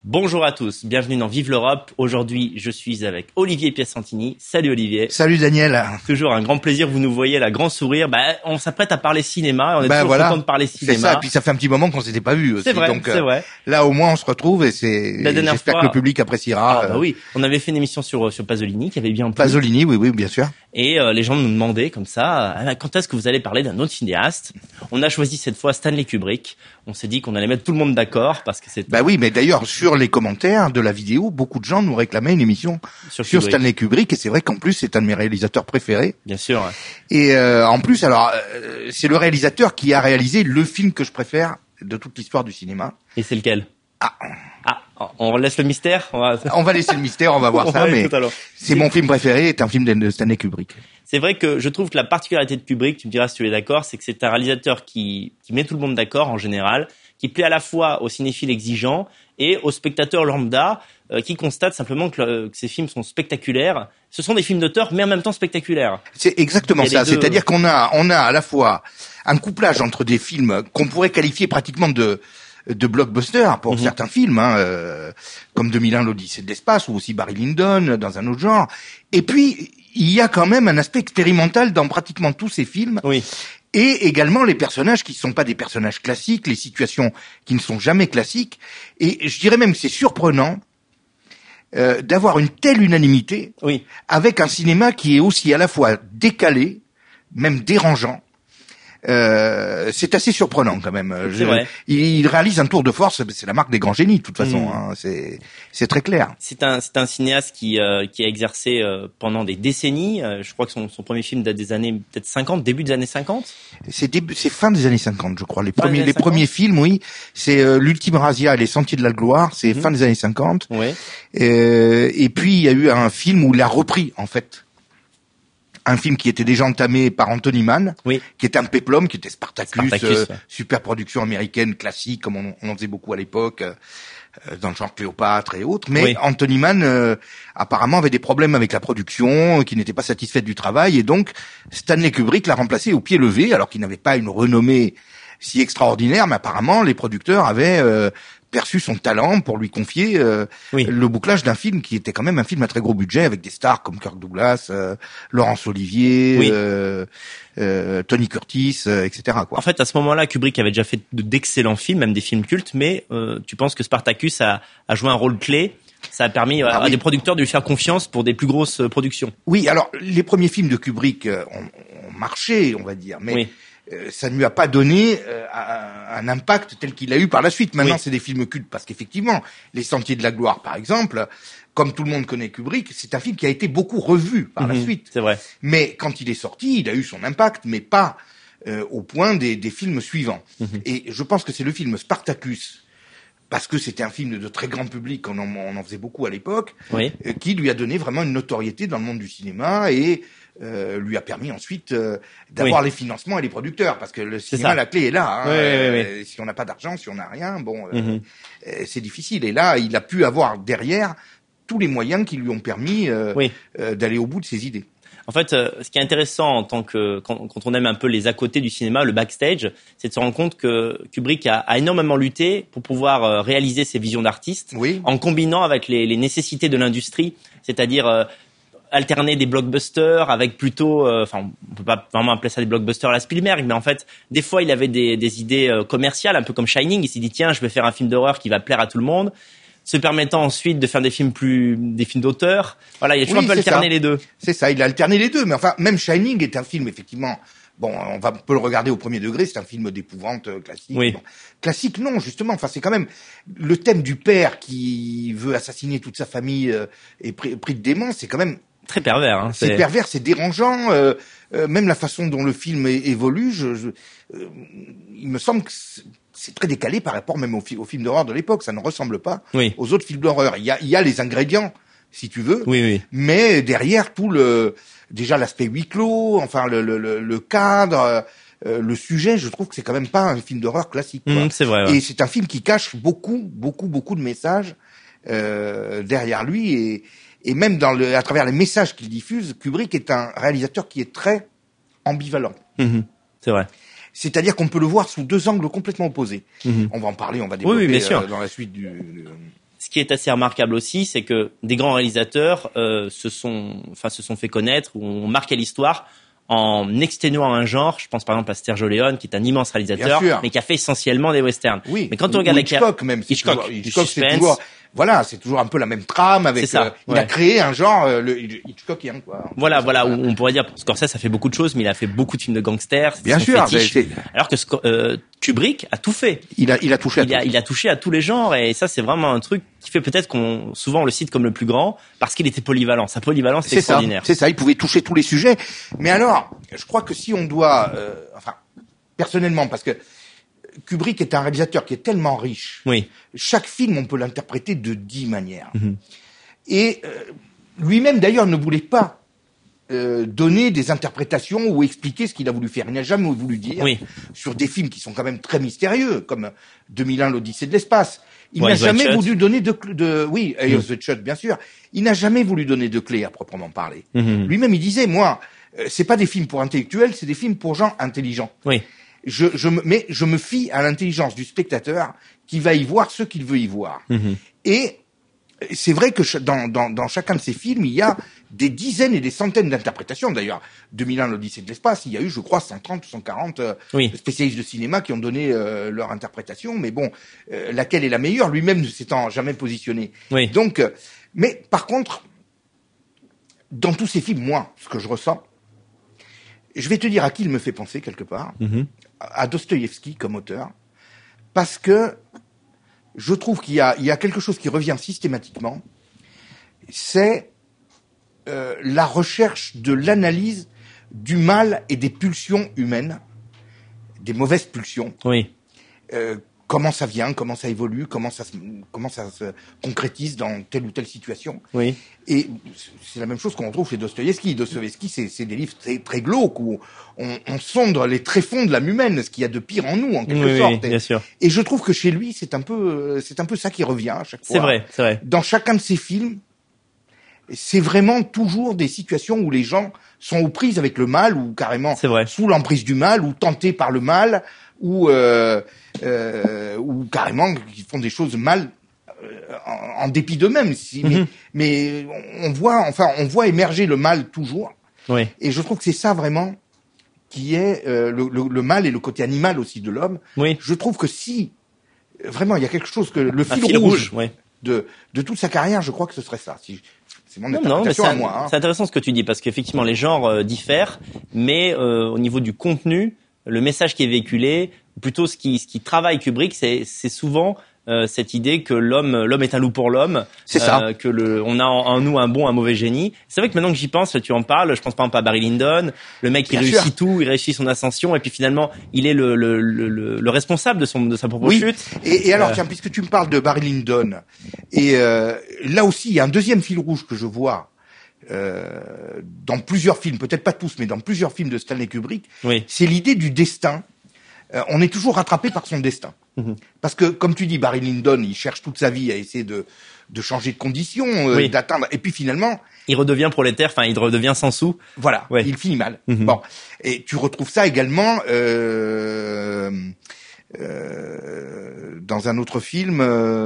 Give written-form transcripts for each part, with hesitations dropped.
Bonjour à tous, bienvenue dans Vive l'Europe. Aujourd'hui, je suis avec Olivier Piacentini. Salut Olivier. Salut Daniel. Toujours un grand plaisir, vous nous voyez, la grand sourire. On s'apprête à parler cinéma, on est toujours content de parler cinéma. C'est ça, et puis ça fait un petit moment qu'on s'était pas vu aussi. C'est vrai, donc, c'est vrai. Là au moins on se retrouve et j'espère que le public appréciera. Ah bah oui, on avait fait une émission sur Pasolini qui avait bien plu. Pasolini, oui, bien sûr. Et les gens nous demandaient comme ça, quand est-ce que vous allez parler d'un autre cinéaste? On a choisi cette fois Stanley Kubrick. On s'est dit qu'on allait mettre tout le monde d'accord parce que c'est... Bah oui, mais d'ailleurs sur les commentaires de la vidéo, beaucoup de gens nous réclamaient une émission sur Stanley Kubrick et c'est vrai qu'en plus c'est un de mes réalisateurs préférés. Bien sûr. Et en plus, alors c'est le réalisateur qui a réalisé le film que je préfère de toute l'histoire du cinéma. Et c'est lequel? On laisse le mystère. On va laisser le mystère, on va voir ça. Mais c'est mon film préféré, c'est un film de Stanley Kubrick. C'est vrai que je trouve que la particularité de Kubrick, tu me diras si tu es d'accord, c'est que c'est un réalisateur qui met tout le monde d'accord en général, qui plaît à la fois aux cinéphiles exigeants et aux spectateurs lambda qui constatent simplement que ces films sont spectaculaires. Ce sont des films d'auteur, mais en même temps spectaculaires. C'est exactement ça. C'est-à-dire qu'on a à la fois un couplage entre des films qu'on pourrait qualifier pratiquement de blockbuster pour certains films, comme 2001 l'Odyssée de l'espace ou aussi Barry Lyndon dans un autre genre. Et puis il y a quand même un aspect expérimental dans pratiquement tous ces films. Oui. Et également les personnages qui ne sont pas des personnages classiques, les situations qui ne sont jamais classiques. Et je dirais même que c'est surprenant d'avoir une telle unanimité avec un cinéma qui est aussi à la fois décalé, même dérangeant. C'est assez surprenant quand même. C'est vrai. Il réalise un tour de force, c'est la marque des grands génies de toute façon. C'est très clair. C'est un cinéaste qui a exercé pendant des décennies. Je crois que son premier film date des années peut-être 50, début des années 50. C'est fin des années 50, je crois. Les premiers films, oui. C'est l'Ultime Razzia et les Sentiers de la Gloire. C'est fin des années 50. Ouais. Et puis il y a eu un film où il a repris en fait. Un film qui était déjà entamé par Anthony Mann, qui était un péplum, qui était Spartacus, super production américaine classique, comme on en faisait beaucoup à l'époque, dans le genre Cléopâtre et autres. Mais Anthony Mann, apparemment, avait des problèmes avec la production, qui n'était pas satisfaite du travail, et donc Stanley Kubrick l'a remplacé au pied levé, alors qu'il n'avait pas une renommée si extraordinaire, mais apparemment les producteurs avaient perçu son talent pour lui confier le bouclage d'un film qui était quand même un film à très gros budget avec des stars comme Kirk Douglas, Laurence Olivier, Tony Curtis, etc. En fait, à ce moment-là, Kubrick avait déjà fait d'excellents films, même des films cultes, mais tu penses que Spartacus a joué un rôle clé? Ça a permis à des producteurs de lui faire confiance pour des plus grosses productions. Oui, alors les premiers films de Kubrick ont marché, on va dire, mais ça ne lui a pas donné un impact tel qu'il a eu par la suite. Maintenant, c'est des films cultes parce qu'effectivement, Les Sentiers de la Gloire, par exemple, comme tout le monde connaît Kubrick, c'est un film qui a été beaucoup revu par la suite. C'est vrai. Mais quand il est sorti, il a eu son impact, mais pas au point des films suivants. Et je pense que c'est le film Spartacus, parce que c'était un film de très grand public, on en faisait beaucoup à l'époque, qui lui a donné vraiment une notoriété dans le monde du cinéma et lui a permis ensuite d'avoir les financements et les producteurs, parce que le cinéma, la clé est là. Si on n'a pas d'argent, si on n'a rien, c'est difficile. Et là, il a pu avoir derrière tous les moyens qui lui ont permis d'aller au bout de ses idées. En fait, ce qui est intéressant quand on aime un peu les à côté du cinéma, le backstage, c'est de se rendre compte que Kubrick a énormément lutté pour pouvoir réaliser ses visions d'artiste, en combinant avec les nécessités de l'industrie, c'est-à-dire alterner des blockbusters avec plutôt, on peut pas vraiment appeler ça des blockbusters à la Spielberg, mais en fait, des fois, il avait des idées commerciales, un peu comme Shining. Il s'est dit, tiens, je vais faire un film d'horreur qui va plaire à tout le monde, se permettant ensuite de faire des films d'auteur. Voilà, il a toujours un peu alterné les deux. C'est ça, il a alterné les deux. Mais enfin, même Shining est un film, effectivement. Bon, on peut le regarder au premier degré, c'est un film d'épouvante classique. Bon, classique, non, justement. Enfin, c'est quand même le thème du père qui veut assassiner toute sa famille et pris de démence. C'est quand même très pervers. Hein, c'est pervers, c'est dérangeant. Même la façon dont le film évolue, il me semble que c'est très décalé par rapport même au film d'horreur de l'époque. Ça ne ressemble pas aux autres films d'horreur. Il y a les ingrédients, si tu veux, mais derrière déjà l'aspect huis clos, enfin le cadre, le sujet, je trouve que c'est quand même pas un film d'horreur classique. C'est vrai. Et c'est un film qui cache beaucoup de messages derrière lui et même à travers les messages qu'il diffuse, Kubrick est un réalisateur qui est très ambivalent. C'est vrai. C'est-à-dire qu'on peut le voir sous deux angles complètement opposés. On va en parler, on va développer bien sûr. dans la suite ce qui est assez remarquable aussi, c'est que des grands réalisateurs se sont fait connaître ou ont marqué l'histoire en exténuant un genre. Je pense par exemple à Sergio Leone, qui est un immense réalisateur, mais qui a fait essentiellement des westerns. Oui. Mais quand on regarde Hitchcock, même. Hitchcock, c'est toujours, voilà, c'est toujours un peu la même trame avec, il a créé un genre, le Hitchcockien, quoi. Voilà, où on pourrait dire, Scorsese a fait beaucoup de choses, mais il a fait beaucoup de films de gangsters. Bien sûr. Alors que Kubrick a tout fait. Il a touché il a touché à tous les genres, et ça, c'est vraiment un truc qui fait peut-être souvent on le cite comme le plus grand, parce qu'il était polyvalent. Sa polyvalence, c'est extraordinaire. C'est ça, il pouvait toucher tous les sujets. Mais alors, je crois que si on doit, personnellement, parce que Kubrick est un réalisateur qui est tellement riche. Oui. Chaque film, on peut l'interpréter de 10 manières. Mm-hmm. Et lui-même, d'ailleurs, ne voulait pas donner des interprétations ou expliquer ce qu'il a voulu faire. Il n'a jamais voulu dire sur des films qui sont quand même très mystérieux, comme 2001, l'Odyssée de l'espace. Il n'a jamais voulu donner Eye of the Shut, bien sûr. Il n'a jamais voulu donner de clés à proprement parler. Mm-hmm. Lui-même, il disait, moi, c'est pas des films pour intellectuels, c'est des films pour gens intelligents. Oui. Mais je me fie à l'intelligence du spectateur qui va y voir ce qu'il veut y voir. Mm-hmm. Et c'est vrai que dans chacun de ces films, il y a des dizaines et des centaines d'interprétations. D'ailleurs, 2001, l'Odyssée de l'espace, il y a eu, je crois, 130 ou 140 spécialistes de cinéma qui ont donné leur interprétation. Mais bon, laquelle est la meilleure? Lui-même ne s'étant jamais positionné. Oui. Donc, mais par contre, dans tous ces films, moi, ce que je ressens, je vais te dire à qui il me fait penser quelque part, à Dostoïevski comme auteur, parce que je trouve qu'il y a quelque chose qui revient systématiquement, c'est la recherche de l'analyse du mal et des pulsions humaines, des mauvaises pulsions. Oui. Comment ça vient, comment ça évolue, comment ça se concrétise dans telle ou telle situation. Oui. Et c'est la même chose qu'on retrouve chez Dostoïevski. Dostoïevski, c'est des livres très glauques où on sonde les tréfonds de l'âme humaine, ce qu'il y a de pire en nous, en quelque sorte. Oui, bien sûr. Et je trouve que chez lui, c'est un peu ça qui revient à chaque fois. C'est vrai. Dans chacun de ses films, c'est vraiment toujours des situations où les gens sont aux prises avec le mal, ou carrément sous l'emprise du mal, ou tentés par le mal, ou carrément qui font des choses mal en dépit d'eux-mêmes. Mais on voit émerger le mal toujours. Oui. Et je trouve que c'est ça vraiment qui est le mal et le côté animal aussi de l'homme. Oui. Je trouve que si vraiment il y a quelque chose que le fil rouge de toute sa carrière, je crois que ce serait ça. C'est mon interprétation à moi. C'est intéressant ce que tu dis, parce qu'effectivement les genres diffèrent, mais au niveau du contenu, le message qui est véhiculé, plutôt ce qui travaille Kubrick, c'est souvent cette idée que l'homme est un loup pour l'homme. C'est ça. Que on a en nous un bon, un mauvais génie. C'est vrai que maintenant que j'y pense, tu en parles, je pense par exemple à Barry Lyndon, le mec qui réussit tout, il réussit son ascension, et puis finalement il est le responsable de sa propre chute. Et alors tiens, puisque tu me parles de Barry Lyndon, et là aussi il y a un deuxième fil rouge que je vois dans plusieurs films, peut-être pas tous, mais dans plusieurs films de Stanley Kubrick, c'est l'idée du destin. On est toujours rattrapé par son destin. Parce que, comme tu dis, Barry Lyndon, il cherche toute sa vie à essayer de changer de conditions, d'atteindre, et puis finalement... il redevient prolétaire, il redevient sans sous. Voilà, il finit mal. Bon, et tu retrouves ça également dans un autre film...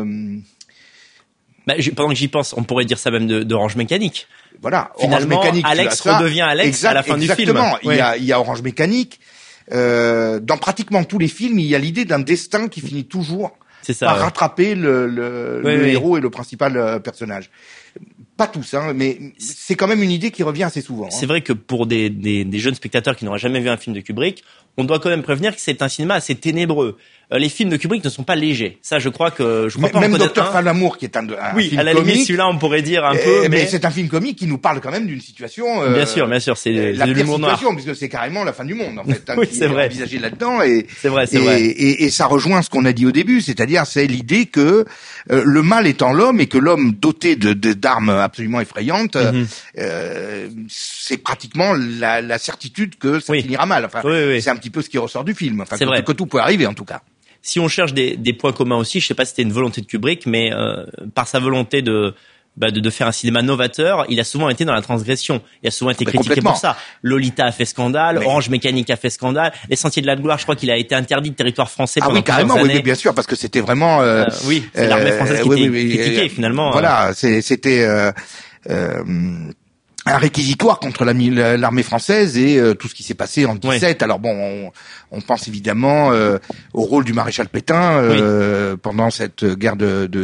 pendant que j'y pense, on pourrait dire ça même d'Orange Mécanique. Voilà, finalement, Orange Mécanique, Alex redevient Alex à la fin du film. Exactement, il y a Orange Mécanique. Dans pratiquement tous les films, il y a l'idée d'un destin qui finit toujours par rattraper le héros et le principal personnage. Pas tous, mais c'est quand même une idée qui revient assez souvent. C'est vrai que pour des jeunes spectateurs qui n'auraient jamais vu un film de Kubrick, on doit quand même prévenir que c'est un cinéma assez ténébreux. Les films de Kubrick ne sont pas légers. Ça, je crois pas même Docteur Falamour, qui est un film comique. À la limite, celui-là, on pourrait dire un peu, mais c'est un film comique qui nous parle quand même d'une situation. Bien sûr, c'est la de pire l'humour noir. situation, puisque c'est carrément la fin du monde, en fait. Oui, c'est vrai. Envisagé là-dedans, et c'est vrai. Et ça rejoint ce qu'on a dit au début, c'est-à-dire c'est l'idée que le mal étant l'homme, et que l'homme doté d'armes absolument effrayantes, c'est pratiquement la certitude que ça finira mal. C'est un petit peu ce qui ressort du film. Que tout peut arriver, en tout cas. Si on cherche des points communs aussi, je sais pas si c'était une volonté de Kubrick, mais par sa volonté de de faire un cinéma novateur, il a souvent été dans la transgression. Il a souvent été critiqué pour ça. Lolita a fait scandale, Orange Mécanique a fait scandale, Les Sentiers de la Gloire, je crois qu'il a été interdit de territoire français pendant carrément, plusieurs années. Oui, bien sûr, parce que c'était vraiment c'est l'armée française qui était critiquée finalement. Voilà, c'était un réquisitoire contre l'armée française et tout ce qui s'est passé en 17. Alors bon, on pense évidemment au rôle du maréchal Pétain pendant cette guerre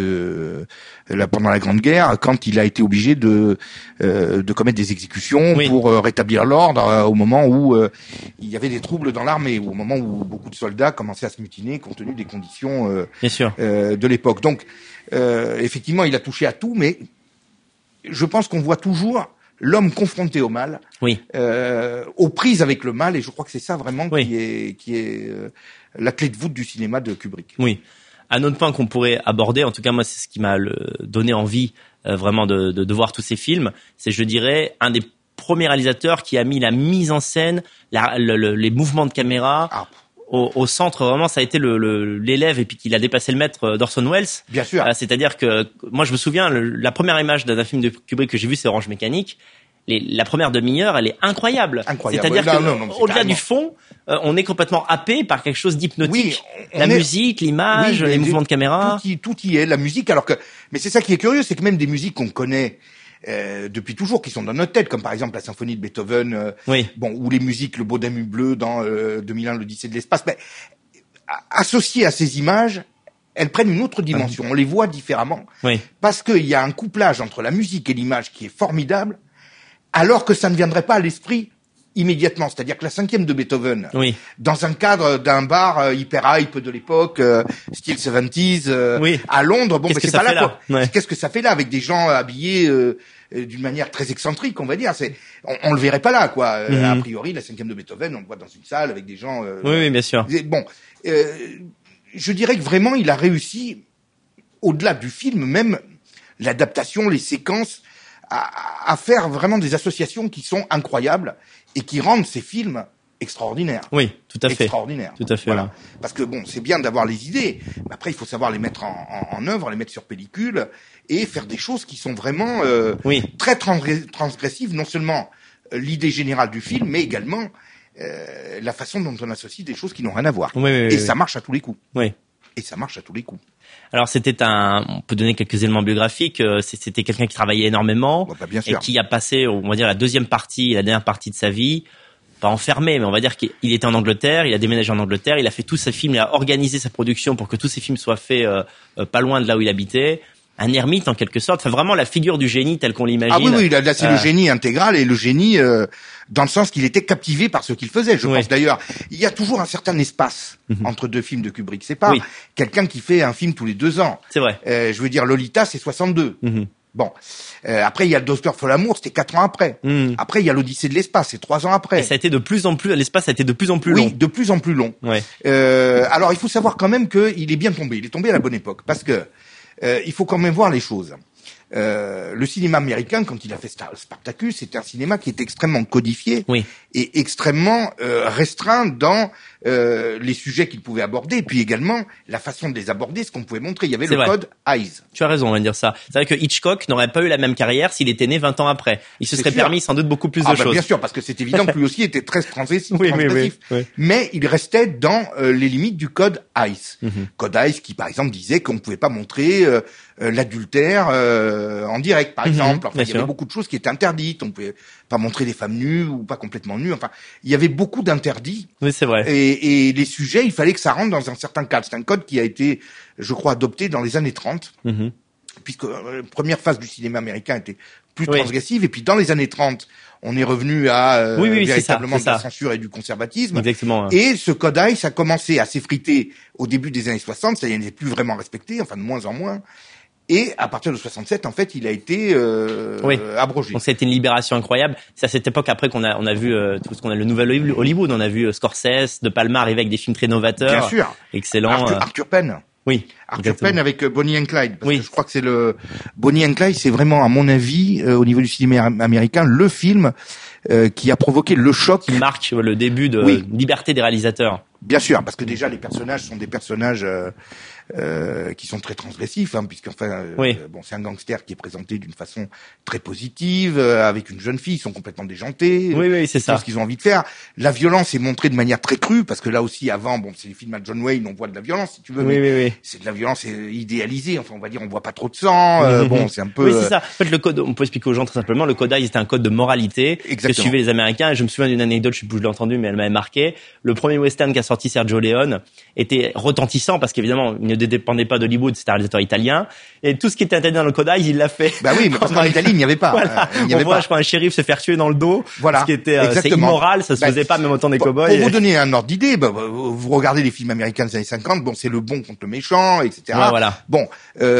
pendant la Grande Guerre, quand il a été obligé de commettre des exécutions pour rétablir l'ordre au moment où il y avait des troubles dans l'armée, ou au moment où beaucoup de soldats commençaient à se mutiner compte tenu des conditions de l'époque. Donc effectivement, il a touché à tout, mais je pense qu'on voit toujours l'homme confronté au mal, aux prises avec le mal, et je crois que c'est ça vraiment qui est la clé de voûte du cinéma de Kubrick. Oui. Un autre point qu'on pourrait aborder, en tout cas moi c'est ce qui m'a donné envie vraiment de voir tous ces films, c'est, je dirais, un des premiers réalisateurs qui a mis la mise en scène, les mouvements de caméra au centre. Vraiment, ça a été l'élève, et puis qu'il a dépassé le maître d'Orson Welles. Bien sûr. C'est-à-dire que moi je me souviens, la première image d'un film de Kubrick que j'ai vu, c'est Orange Mécanique. La première demi-heure, elle est incroyable. C'est-à-dire que au-delà du fond, on est complètement happé par quelque chose d'hypnotique. La musique, l'image, les mouvements de caméra. Tout y est, la musique. Mais c'est ça qui est curieux, c'est que même des musiques qu'on connaît depuis toujours, qui sont dans notre tête, comme par exemple la symphonie de Beethoven, ou les musiques, le Beau Damu bleu dans 2001, l'Odyssée de l'espace. Mais associées à ces images, elles prennent une autre dimension. On les voit différemment, parce qu'il y a un couplage entre la musique et l'image qui est formidable, alors que ça ne viendrait pas à l'esprit immédiatement. C'est-à-dire que la cinquième de Beethoven, dans un cadre d'un bar hyper hype de l'époque, style 70s, à Londres, bon, mais c'est pas là, quoi. Qu'est-ce que ça fait là, avec des gens habillés d'une manière très excentrique, on va dire. On le verrait pas là, quoi. A priori, la cinquième de Beethoven, on le voit dans une salle avec des gens. Oui, bien sûr. Bon, je dirais que vraiment, il a réussi, au-delà du film, même l'adaptation, les séquences, à faire vraiment des associations qui sont incroyables et qui rendent ces films extraordinaires. Oui, tout à fait. Extraordinaires. Tout à fait. Voilà. Parce que bon, c'est bien d'avoir les idées, mais après il faut savoir les mettre en œuvre, les mettre sur pellicule et faire des choses qui sont vraiment très transgressives, non seulement l'idée générale du film, mais également la façon dont on associe des choses qui n'ont rien à voir. Ça marche à tous les coups. Et ça marche à tous les coups. Alors on peut donner quelques éléments biographiques. C'était quelqu'un qui travaillait énormément et qui a passé, on va dire, la dernière partie de sa vie, pas enfermé, mais on va dire qu'il était en Angleterre, il a déménagé en Angleterre, il a fait tous ses films, il a organisé sa production pour que tous ses films soient faits pas loin de là où il habitait. Un ermite en quelque sorte, enfin vraiment la figure du génie tel qu'on l'imagine. Ah oui, là c'est le génie intégral, et le génie dans le sens qu'il était captivé par ce qu'il faisait. Je pense d'ailleurs, il y a toujours un certain espace entre deux films de Kubrick. C'est pas quelqu'un qui fait un film tous les 2 ans. C'est vrai. Je veux dire, Lolita, c'est 62. Bon, après il y a le Docteur Folamour, c'était 4 ans après. Après il y a l'Odyssée de l'espace, c'est 3 ans après. Et ça a été de plus en plus, l'espace a été de plus en plus long. Oui, de plus en plus long. Alors il faut savoir quand même qu'il est bien tombé. Il est tombé à la bonne époque, parce que il faut quand même voir les choses. Le cinéma américain, quand il a fait Spartacus, c'était un cinéma qui était extrêmement codifié et extrêmement restreint dans les sujets qu'il pouvait aborder, et puis également la façon de les aborder, ce qu'on pouvait montrer. Il y avait le code Hays. Tu as raison, on va dire ça. C'est vrai que Hitchcock n'aurait pas eu la même carrière s'il était né 20 ans après. Il se serait permis sans doute beaucoup plus de choses. Bien sûr, parce que c'est évident que lui aussi était très transgressif. Mais il restait dans les limites du code Hays. Code Hays qui, par exemple, disait qu'on ne pouvait pas montrer l'adultère en direct, par exemple. Enfin, il y avait beaucoup de choses qui étaient interdites. On pouvait pas montrer des femmes nues ou pas complètement nues. Enfin, il y avait beaucoup d'interdits. Oui, c'est vrai. Et les sujets, il fallait que ça rentre dans un certain cadre. C'est un code qui a été, je crois, adopté dans les années 30, puisque la première phase du cinéma américain était plus transgressive. Et puis dans les années 30, on est revenu à véritablement de la censure et du conservatisme. Exactement. Et ce code Hays a commencé à s'effriter au début des années 60. Ça n'est plus vraiment respecté, enfin de moins en moins. Et à partir de 67, en fait, il a été abrogé. Donc c'était une libération incroyable. C'est à cette époque après qu'on a vu tout ce qu'on a le nouvel Hollywood. On a vu Scorsese, De Palma arriver avec des films très novateurs. Bien sûr. Excellent. Arthur Penn. Oui. Arthur Penn avec Bonnie and Clyde. Parce que je crois que c'est Bonnie and Clyde, c'est vraiment, à mon avis, au niveau du cinéma américain, le film qui a provoqué le choc. Qui marque le début de liberté des réalisateurs. Bien sûr, parce que déjà les personnages sont des personnages qui sont très transgressifs, hein, puisqu'enfin, bon, c'est un gangster qui est présenté d'une façon très positive, avec une jeune fille, ils sont complètement déjantés. Oui, c'est ça. Ce qu'ils ont envie de faire. La violence est montrée de manière très crue, parce que là aussi, avant, bon, c'est les films à John Wayne, on voit de la violence, si tu veux. Oui. C'est de la violence idéalisée, enfin, on va dire, on voit pas trop de sang, bon, c'est un peu... Oui, c'est ça. En fait, le code, on peut expliquer aux gens très simplement, le Code Eyes était un code de moralité que suivaient les Américains, et je me souviens d'une anecdote, je sais plus où je l'ai entendue, mais elle m'avait marqué. Le premier western qu'a sorti Sergio Leone était retentissant, parce qu'évidemment, il ne dépendait pas d'Hollywood, c'était un réalisateur italien, et tout ce qui était interdit dans le Code Eyes, il l'a fait. Bah oui, mais parce qu'en Italie, il n'y avait pas. Voilà. On voit, je crois, un shérif se faire tuer dans le dos. Voilà. Ce qui était, c'est immoral, ça se faisait pas même au temps des cow-boys. Pour vous donner un ordre d'idée, vous regardez les films américains des années 50, bon, c'est le bon contre le méchant, etc. Ouais, voilà. Bon,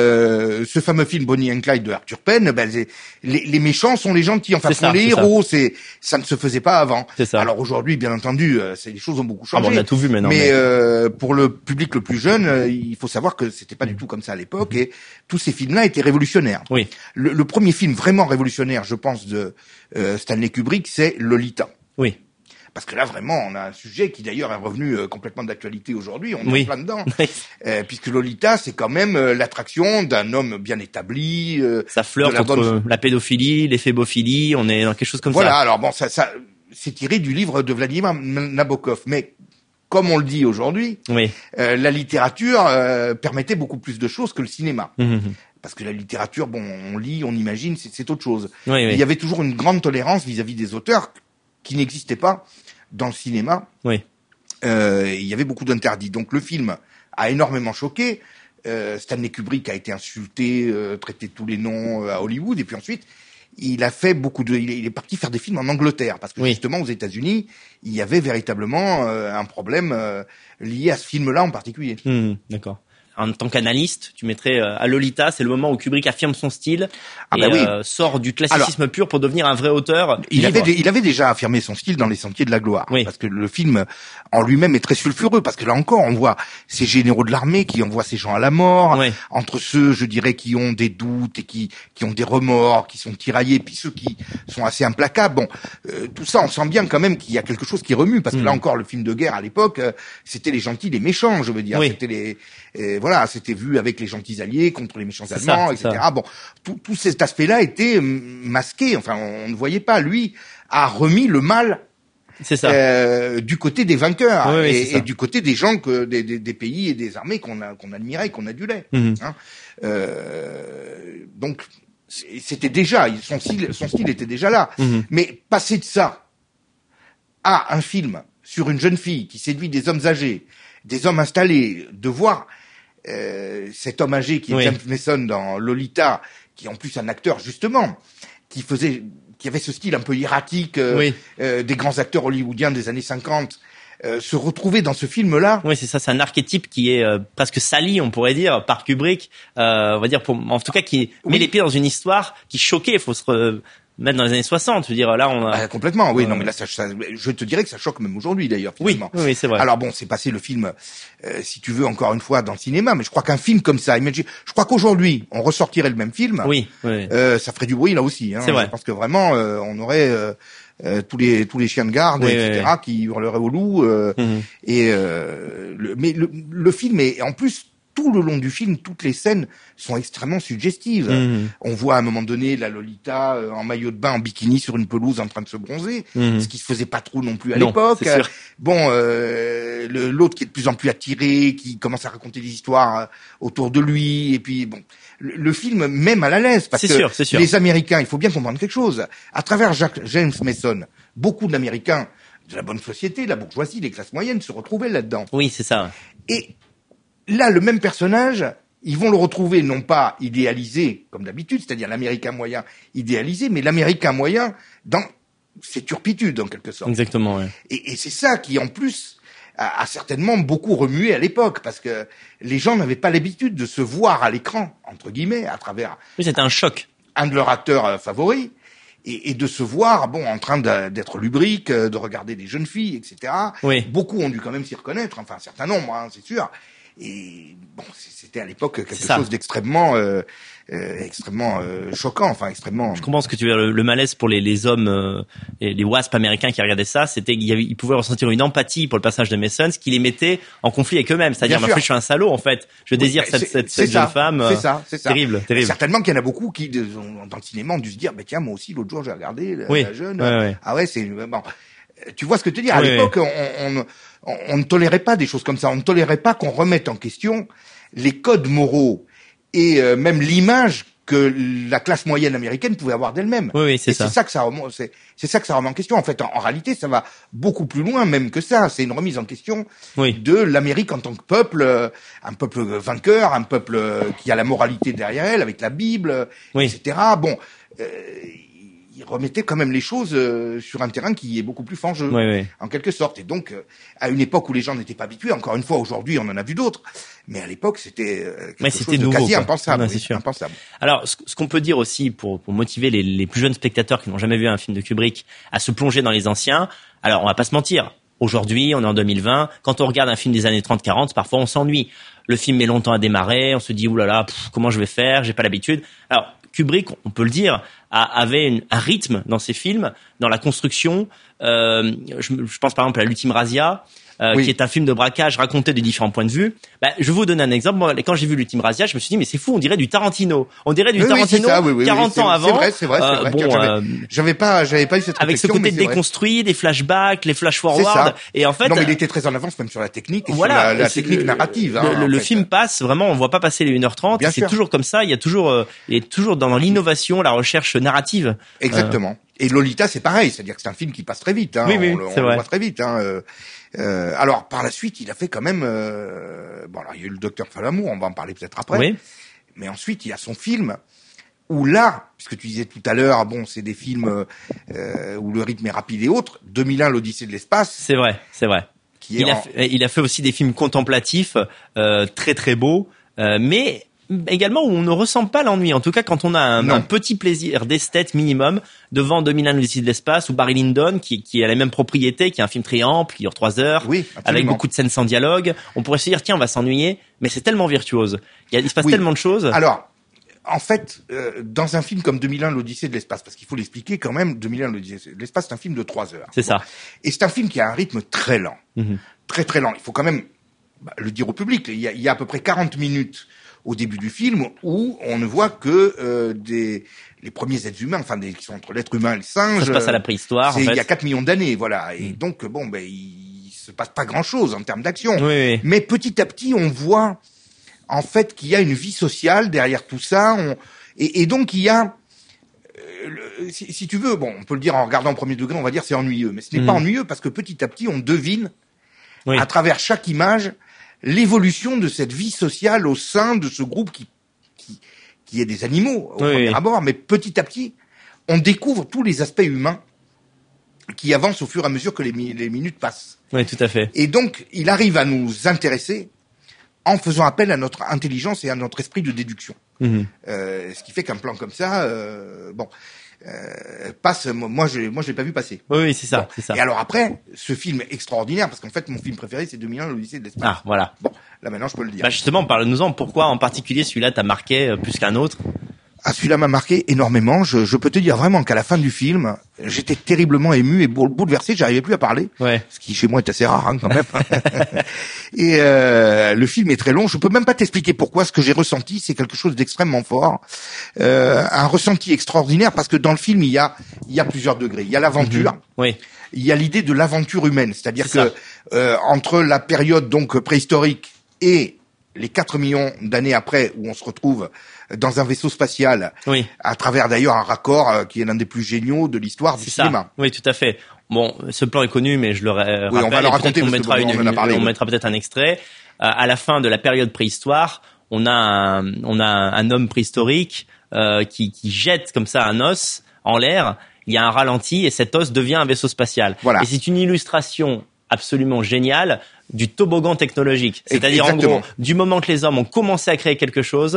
ce fameux film Bonnie and Clyde de Arthur Penn, les méchants sont les gentils, enfin, sont les héros, ça ne se faisait pas avant. C'est ça. Alors aujourd'hui, bien entendu, les choses ont beaucoup changé. Ah bon, on a tout vu maintenant. Mais pour le public le plus jeune, il faut savoir que c'était pas du tout comme ça à l'époque, et tous ces films-là étaient révolutionnaires. Oui. Le premier film vraiment révolutionnaire, je pense, de Stanley Kubrick, c'est Lolita. Oui. Parce que là, vraiment, on a un sujet qui d'ailleurs est revenu complètement d'actualité aujourd'hui. On est plein dedans. Puisque Lolita, c'est quand même l'attraction d'un homme bien établi. Ça flirte entre la pédophilie, l'éphémophilie. On est dans quelque chose comme ça. Voilà. Alors bon, ça, c'est tiré du livre de Vladimir Nabokov. Mais comme on le dit aujourd'hui, la littérature permettait beaucoup plus de choses que le cinéma. Parce que la littérature, bon, on lit, on imagine, c'est autre chose. Il y avait toujours une grande tolérance vis-à-vis des auteurs qui n'existait pas dans le cinéma. Il y avait beaucoup d'interdits. Donc le film a énormément choqué. Stanley Kubrick a été insulté, traité de tous les noms à Hollywood, et puis ensuite il a fait il est parti faire des films en Angleterre, parce que justement aux États-Unis il y avait véritablement un problème lié à ce film-là en particulier. D'accord. En tant qu'analyste, tu mettrais à Lolita, c'est le moment où Kubrick affirme son style sort du classicisme pur pour devenir un vrai auteur. Il avait déjà affirmé son style dans Les Sentiers de la Gloire, parce que le film en lui-même est très sulfureux, parce que là encore, on voit ces généraux de l'armée qui envoient ces gens à la mort, entre ceux, je dirais, qui ont des doutes et qui ont des remords, qui sont tiraillés, puis ceux qui sont assez implacables. Bon, tout ça, on sent bien quand même qu'il y a quelque chose qui remue, parce que là encore, le film de guerre à l'époque, c'était les gentils, les méchants, je veux dire, c'était voilà, c'était vu avec les gentils alliés contre les méchants allemands, etc. Bon, tout cet aspect-là était masqué. Enfin, on ne voyait pas. Lui a remis le mal. C'est ça. Du côté des vainqueurs et du côté des gens des pays et des armées qu'on admirait, qu'on adulait. Donc c'était déjà son style était déjà là. Mais passer de ça à un film sur une jeune fille qui séduit des hommes âgés, des hommes installés, de voir cet homme âgé qui est James Mason dans Lolita, qui est en plus un acteur justement, qui avait ce style un peu hiératique des grands acteurs hollywoodiens des années 50, se retrouver dans ce film-là. Oui, c'est ça, c'est un archétype qui est presque sali, on pourrait dire, par Kubrick, on va dire, en tout cas, qui met les pieds dans une histoire qui choquait. Il faut se mettre dans les années 60, je veux dire, là, on a... complètement, oui, non, mais là, ça, je te dirais que ça choque même aujourd'hui, d'ailleurs, finalement. Oui, c'est vrai. Alors bon, c'est passé le film, si tu veux, encore une fois, dans le cinéma, mais je crois qu'un film comme ça, je crois qu'aujourd'hui, on ressortirait le même film. Ça ferait du bruit, là aussi, hein. C'est vrai. Je pense que vraiment, on aurait, tous les chiens de garde, etc., qui hurleraient au loup, mais le film est, en plus, tout le long du film, toutes les scènes sont extrêmement suggestives. On voit à un moment donné la Lolita en maillot de bain, en bikini sur une pelouse en train de se bronzer, ce qui se faisait pas trop non plus à l'époque. Bon, l'autre qui est de plus en plus attiré, qui commence à raconter des histoires autour de lui, et puis bon, le film même à la l'aise, parce que les Américains, il faut bien comprendre quelque chose. À travers James Mason, beaucoup d'Américains de la bonne société, de la bourgeoisie, des classes moyennes se retrouvaient là-dedans. Oui, c'est ça. Et là, le même personnage, ils vont le retrouver non pas idéalisé comme d'habitude, c'est-à-dire l'Américain moyen idéalisé, mais l'Américain moyen dans ses turpitudes en quelque sorte. Exactement. Ouais. Et c'est ça qui en plus a certainement beaucoup remué à l'époque, parce que les gens n'avaient pas l'habitude de se voir à l'écran entre guillemets à travers. Oui, c'était un choc. Un de leurs acteurs favoris. Et de se voir, bon, en train d'être lubrique, de regarder des jeunes filles, etc. Beaucoup ont dû quand même s'y reconnaître, enfin un certain nombre, hein, c'est sûr. Et bon, c'était à l'époque quelque chose d'extrêmement choquant, enfin extrêmement. Je comprends ce que tu veux dire. Le malaise pour les hommes, les WASP américains qui regardaient ça, c'était ils pouvaient ressentir une empathie pour le personnage de Mason, ce qui les mettait en conflit avec eux-mêmes. C'est-à-dire, je suis un salaud en fait. Je désire cette jeune femme. C'est ça. Terrible. Certainement qu'il y en a beaucoup qui, dans le cinéma, ont dû se dire, tiens, moi aussi l'autre jour j'ai regardé la jeune. Ah ouais, c'est bon. Tu vois ce que je te dis. À l'époque, on ne tolérait pas des choses comme ça. On ne tolérait pas qu'on remette en question les codes moraux et même l'image que la classe moyenne américaine pouvait avoir d'elle-même. C'est ça. C'est ça que ça remet en question. En fait, en réalité, ça va beaucoup plus loin même que ça. C'est une remise en question de l'Amérique en tant que peuple, un peuple vainqueur, un peuple qui a la moralité derrière elle, avec la Bible, etc. Bon, il remettait quand même les choses sur un terrain qui est beaucoup plus fangeux, en quelque sorte. Et donc, à une époque où les gens n'étaient pas habitués, encore une fois, aujourd'hui, on en a vu d'autres, mais à l'époque, c'était quelque chose de quasi impensable. C'est sûr. Impensable. Alors, ce qu'on peut dire aussi pour motiver les plus jeunes spectateurs qui n'ont jamais vu un film de Kubrick à se plonger dans les anciens, alors on va pas se mentir. Aujourd'hui, on est en 2020. Quand on regarde un film des années 30-40, parfois on s'ennuie. Le film met longtemps à démarrer. On se dit, oulala, comment je vais faire? J'ai pas l'habitude. Alors, Kubrick, on peut le dire, avait un rythme dans ses films, dans la construction. Je pense par exemple à l'Ultime Razzia, qui est un film de braquage raconté de différents points de vue. Je vais vous donner un exemple. Moi, quand j'ai vu l'Ultime Razzia, je me suis dit, mais c'est fou, on dirait du Tarantino. On dirait du Tarantino 40 ans avant. C'est vrai. J'avais pas eu cette réflexion. Avec ce côté déconstruit, des flashbacks, les flash-forward. Et en fait. Non, mais il était très en avance même sur la technique et sur la technique narrative. Le film passe vraiment, on voit pas passer les 1h30. C'est toujours comme ça. Il est toujours dans l'innovation, la recherche narrative. Exactement. Et Lolita, c'est pareil. C'est-à-dire que c'est un film qui passe très vite, on le voit très vite, alors, par la suite, il a fait quand même, alors, il y a eu le Docteur Falamour, on va en parler peut-être après. Oui. Mais ensuite, il y a son film où là, puisque tu disais tout à l'heure, c'est des films, où le rythme est rapide et autres. 2001, l'Odyssée de l'espace. C'est vrai. Il a fait aussi des films contemplatifs, très très beaux, mais également où on ne ressent pas l'ennui. En tout cas, quand on a un petit plaisir d'esthète minimum devant 2001 l'Odyssée de l'espace ou Barry Lyndon qui a la même propriété, qui est un film très ample, qui dure 3 heures, avec beaucoup de scènes sans dialogue, on pourrait se dire tiens, on va s'ennuyer, mais c'est tellement virtuose. Il se passe tellement de choses. Alors, en fait, dans un film comme 2001 l'Odyssée de l'espace, parce qu'il faut l'expliquer quand même, 2001 l'Odyssée de l'espace, c'est un film de 3 heures. C'est ça. Et c'est un film qui a un rythme très lent. Très très lent. Il faut quand même le dire au public. Il y a à peu près 40 minutes au début du film où on ne voit que les premiers êtres humains, qui sont entre l'être humain et le singe. Ça se passe à la préhistoire. Il y a 4 millions d'années, voilà. Et donc il se passe pas grand-chose en termes d'action. Oui. Mais petit à petit, on voit en fait qu'il y a une vie sociale derrière tout ça. Et donc il y a, si tu veux, on peut le dire en regardant au premier degré, on va dire c'est ennuyeux, mais ce n'est pas ennuyeux parce que petit à petit, on devine à travers chaque image l'évolution de cette vie sociale au sein de ce groupe qui est des animaux au premier abord, mais petit à petit, on découvre tous les aspects humains qui avancent au fur et à mesure que les minutes passent. Oui, tout à fait. Et donc, il arrive à nous intéresser en faisant appel à notre intelligence et à notre esprit de déduction. Ce qui fait qu'un plan comme ça, passe. Moi, je l'ai pas vu passer. Oui, c'est ça. Et alors après, ce film est extraordinaire parce qu'en fait, mon film préféré, c'est 2001 l'Odyssée de l'espace. Ah, voilà. Bon, là maintenant, je peux le dire. Justement, parle-nous-en. Pourquoi, en particulier, celui-là t'a marqué plus qu'un autre? Ah, celui-là m'a marqué énormément. Je peux te dire vraiment qu'à la fin du film, j'étais terriblement ému et bouleversé. J'arrivais plus à parler. Ce qui chez moi est assez rare, quand même. Et le film est très long. Je peux même pas t'expliquer pourquoi. Ce que j'ai ressenti, c'est quelque chose d'extrêmement fort. Un ressenti extraordinaire parce que dans le film, il y a plusieurs degrés. Il y a l'aventure. Il y a l'idée de l'aventure humaine. C'est-à-dire que entre la période donc préhistorique et les 4 millions d'années après, où on se retrouve dans un vaisseau spatial, à travers d'ailleurs un raccord qui est l'un des plus géniaux de l'histoire du cinéma. Oui, tout à fait. Bon, ce plan est connu, mais je le rappelle. On va le raconter parce on mettra peut-être un extrait. À la fin de la période préhistoire, on a un homme préhistorique qui jette comme ça un os en l'air. Il y a un ralenti et cet os devient un vaisseau spatial. Voilà. Et c'est une illustration absolument géniale du toboggan technologique. C'est-à-dire, en gros, du moment que les hommes ont commencé à créer quelque chose,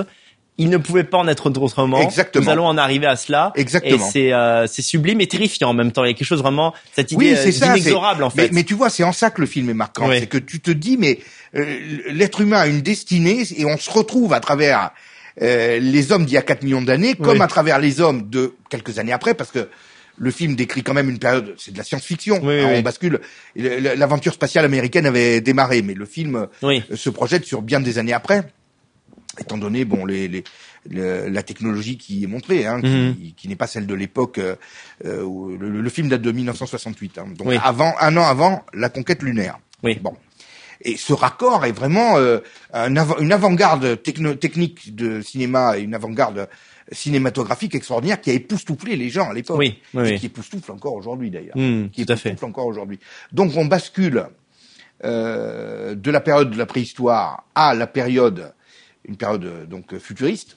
il ne pouvait pas en être autrement. Exactement. Nous allons en arriver à cela. Exactement. Et c'est sublime et terrifiant en même temps. Il y a quelque chose vraiment, cette idée inexorable en fait. Mais tu vois, c'est en ça que le film est marquant. Oui. C'est que tu te dis, mais l'être humain a une destinée et on se retrouve à travers les hommes d'il y a 4 millions d'années, comme à travers les hommes de quelques années après, parce que le film décrit quand même une période, c'est de la science-fiction. On bascule. L'aventure spatiale américaine avait démarré, mais le film se projette sur bien des années après. Étant donné la technologie qui est montrée, qui n'est pas celle de l'époque où le film date de 1968, donc un an avant la conquête lunaire. Bon, et ce raccord est vraiment une avant-garde technique de cinéma et une avant-garde cinématographique extraordinaire qui a époustouflé les gens à l'époque, et qui époustoufle encore aujourd'hui d'ailleurs, encore aujourd'hui. Donc on bascule de la période de la préhistoire à la période une période donc futuriste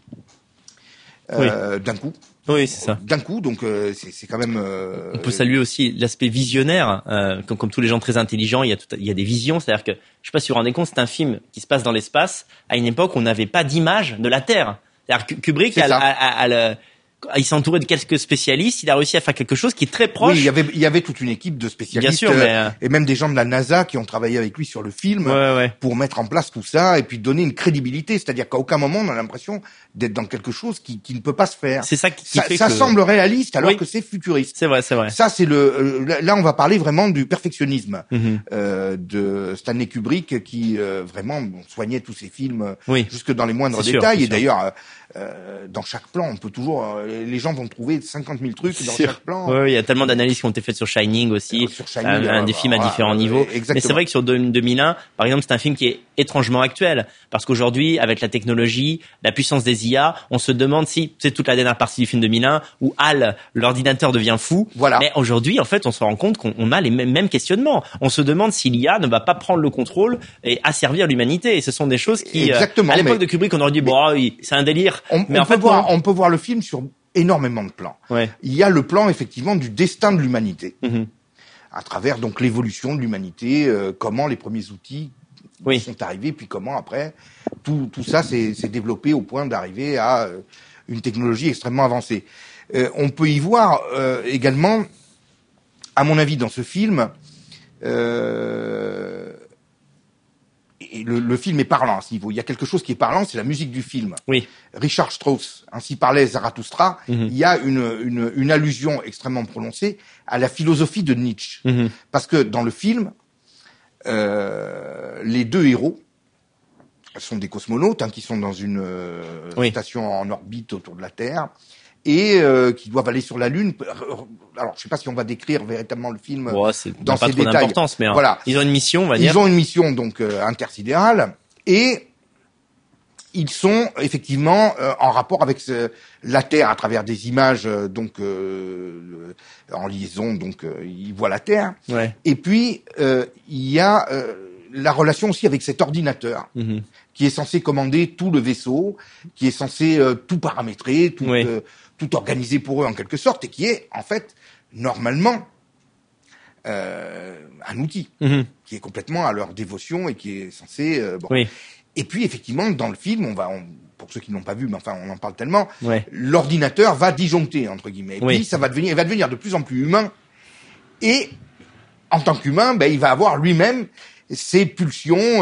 d'un coup. Oui, c'est ça. D'un coup, donc c'est quand même. On peut saluer aussi l'aspect visionnaire, comme tous les gens très intelligents, il y a des visions, c'est-à-dire que je sais pas si vous vous rendez compte, c'est un film qui se passe dans l'espace à une époque où on n'avait pas d'image de la Terre. C'est-à-dire que Kubrick il s'est entouré de quelques spécialistes, il a réussi à faire quelque chose qui est très proche. Oui, il y avait toute une équipe de spécialistes, bien sûr, et même des gens de la NASA qui ont travaillé avec lui sur le film pour mettre en place tout ça et puis donner une crédibilité. C'est-à-dire qu'à aucun moment on a l'impression d'être dans quelque chose qui ne peut pas se faire. C'est ça qui fait ça semble réaliste alors que c'est futuriste. C'est vrai. Ça c'est là on va parler vraiment du perfectionnisme de Stanley Kubrick qui vraiment soignait tous ses films jusque dans les moindres détails. Et d'ailleurs dans chaque plan, on peut toujours, les gens vont trouver 50 000 trucs dans chaque plan. Oui, il y a tellement d'analyses qui ont été faites sur Shining aussi. Un des films à différents niveaux. Mais c'est vrai que sur 2001, par exemple, c'est un film qui est étrangement actuel. Parce qu'aujourd'hui, avec la technologie, la puissance des IA, on se demande si, c'est toute la dernière partie du film 2001, où HAL, l'ordinateur devient fou. Voilà. Mais aujourd'hui, en fait, on se rend compte qu'on a les mêmes questionnements. On se demande si l'IA ne va pas prendre le contrôle et asservir l'humanité. Et ce sont des choses qui, à l'époque de Kubrick, on aurait dit, c'est un délire. On peut voir le film sur énormément de plans. Il y a le plan effectivement du destin de l'humanité, à travers donc l'évolution de l'humanité, comment les premiers outils sont arrivés, puis comment après tout ça s'est développé au point d'arriver à une technologie extrêmement avancée. On peut y voir également, à mon avis, dans ce film. Et le film est parlant à ce niveau. Il y a quelque chose qui est parlant, c'est la musique du film. Richard Strauss, Ainsi parlait Zarathustra, il y a une allusion extrêmement prononcée à la philosophie de Nietzsche. Parce que dans le film, les deux héros sont des cosmonautes qui sont dans une station en orbite autour de la Terre et qui doivent aller sur la Lune. Alors, je sais pas si on va décrire véritablement le film dans ses détails. Pas trop d'importance, mais voilà. Ils ont une mission, on va dire. Ils ont une mission donc intersidérale et ils sont effectivement en rapport avec la Terre à travers des images en liaison. Donc, ils voient la Terre. Et puis il y a la relation aussi avec cet ordinateur qui est censé commander tout le vaisseau, qui est censé tout paramétrer, tout organisé pour eux en quelque sorte, et qui est en fait normalement un outil qui est complètement à leur dévotion et qui est censé Et puis effectivement dans le film, pour ceux qui n'ont pas vu, mais enfin on en parle tellement, l'ordinateur va disjoncter entre guillemets, et puis il va devenir de plus en plus humain, et en tant qu'humain, il va avoir lui-même ses pulsions,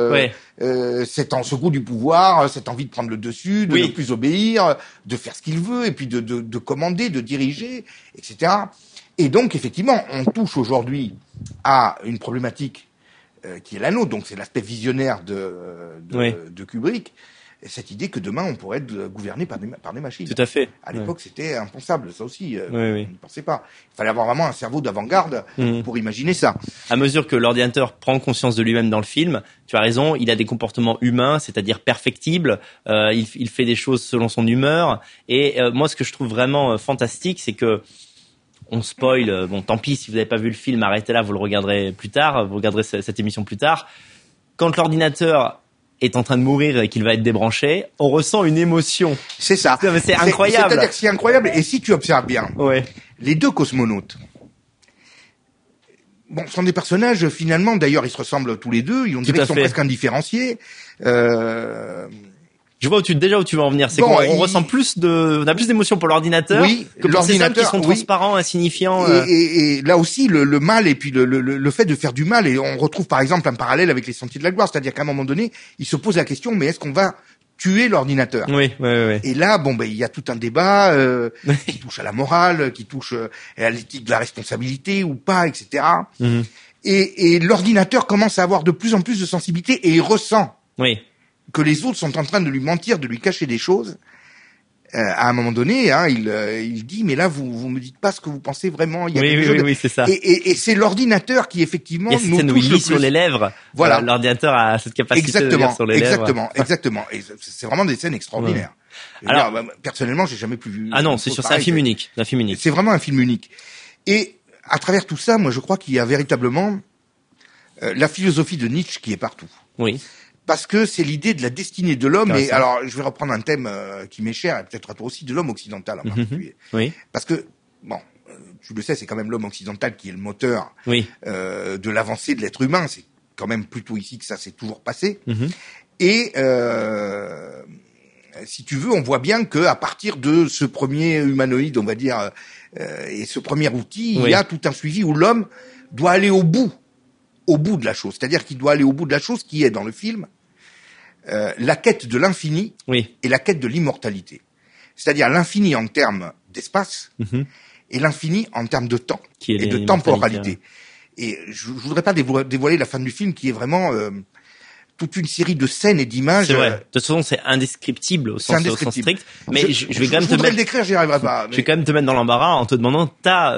ce goût du pouvoir, cette envie de prendre le dessus, de ne plus obéir, de faire ce qu'il veut, et puis de commander, de diriger, etc. Et donc, effectivement, on touche aujourd'hui à une problématique qui est la nôtre, donc c'est l'aspect visionnaire de Kubrick, et cette idée que demain on pourrait être gouverné par des machines. Tout à fait. À l'époque, c'était impensable, ça aussi. On n'y pensait pas. Il fallait avoir vraiment un cerveau d'avant-garde pour imaginer ça. À mesure que l'ordinateur prend conscience de lui-même dans le film, tu as raison, il a des comportements humains, c'est-à-dire perfectibles. Il fait des choses selon son humeur. Et moi, ce que je trouve vraiment fantastique, c'est que on spoil. Bon, tant pis si vous n'avez pas vu le film, arrêtez là, vous le regarderez plus tard. Vous regarderez cette émission plus tard. Quand l'ordinateur est en train de mourir et qu'il va être débranché, on ressent une émotion. C'est ça. C'est incroyable. C'est-à-dire que c'est incroyable. Et si tu observes bien, les deux cosmonautes, sont des personnages finalement. D'ailleurs, ils se ressemblent tous les deux. On dirait qu'ils sont presque indifférenciés. Je vois déjà où tu veux en venir. C'est qu'on ressent on a plus d'émotions pour l'ordinateur que pour ces hommes qui sont transparents, insignifiants. Et là aussi, le mal et puis le fait de faire du mal. Et on retrouve par exemple un parallèle avec les Sentiers de la Gloire. C'est-à-dire qu'à un moment donné, il se pose la question, mais est-ce qu'on va tuer l'ordinateur? Oui. Et là, il y a tout un débat qui touche à la morale, qui touche à l'éthique de la responsabilité ou pas, etc. Mm-hmm. Et l'ordinateur commence à avoir de plus en plus de sensibilité et il ressent que les autres sont en train de lui mentir, de lui cacher des choses. À un moment donné, il dit, mais là, vous me dites pas ce que vous pensez vraiment. Il y a oui, c'est ça. Et c'est l'ordinateur qui, effectivement, nous touche le plus. Sur les lèvres. Voilà. L'ordinateur a cette capacité de lire sur les lèvres. Exactement. Et c'est vraiment des scènes extraordinaires. Ouais. Alors, personnellement, j'ai jamais plus vu. Ah non, c'est sûr, c'est un film unique. C'est vraiment un film unique. Et à travers tout ça, moi, je crois qu'il y a véritablement la philosophie de Nietzsche qui est partout. Oui. Parce que c'est l'idée de la destinée de l'homme. Et alors, je vais reprendre un thème qui m'est cher, et peut-être à toi aussi, de l'homme occidental en particulier. Oui. Parce que, tu le sais, c'est quand même l'homme occidental qui est le moteur de l'avancée de l'être humain. C'est quand même plutôt ici que ça s'est toujours passé. Mm-hmm. Et si tu veux, on voit bien que à partir de ce premier humanoïde, on va dire, et ce premier outil, il y a tout un suivi où l'homme doit aller au bout de la chose. C'est-à-dire qu'il doit aller au bout de la chose qui est dans le film la quête de l'infini et la quête de l'immortalité. C'est-à-dire l'infini en termes d'espace et l'infini en termes de temps et de temporalité. Et je voudrais pas dévoiler la fin du film qui est vraiment toute une série de scènes et d'images. C'est vrai. De toute façon, c'est indescriptible au sens strict. Mais je vais quand même te mettre. Le décrire, j'y arriverai pas. Je vais quand même te mettre dans l'embarras en te demandant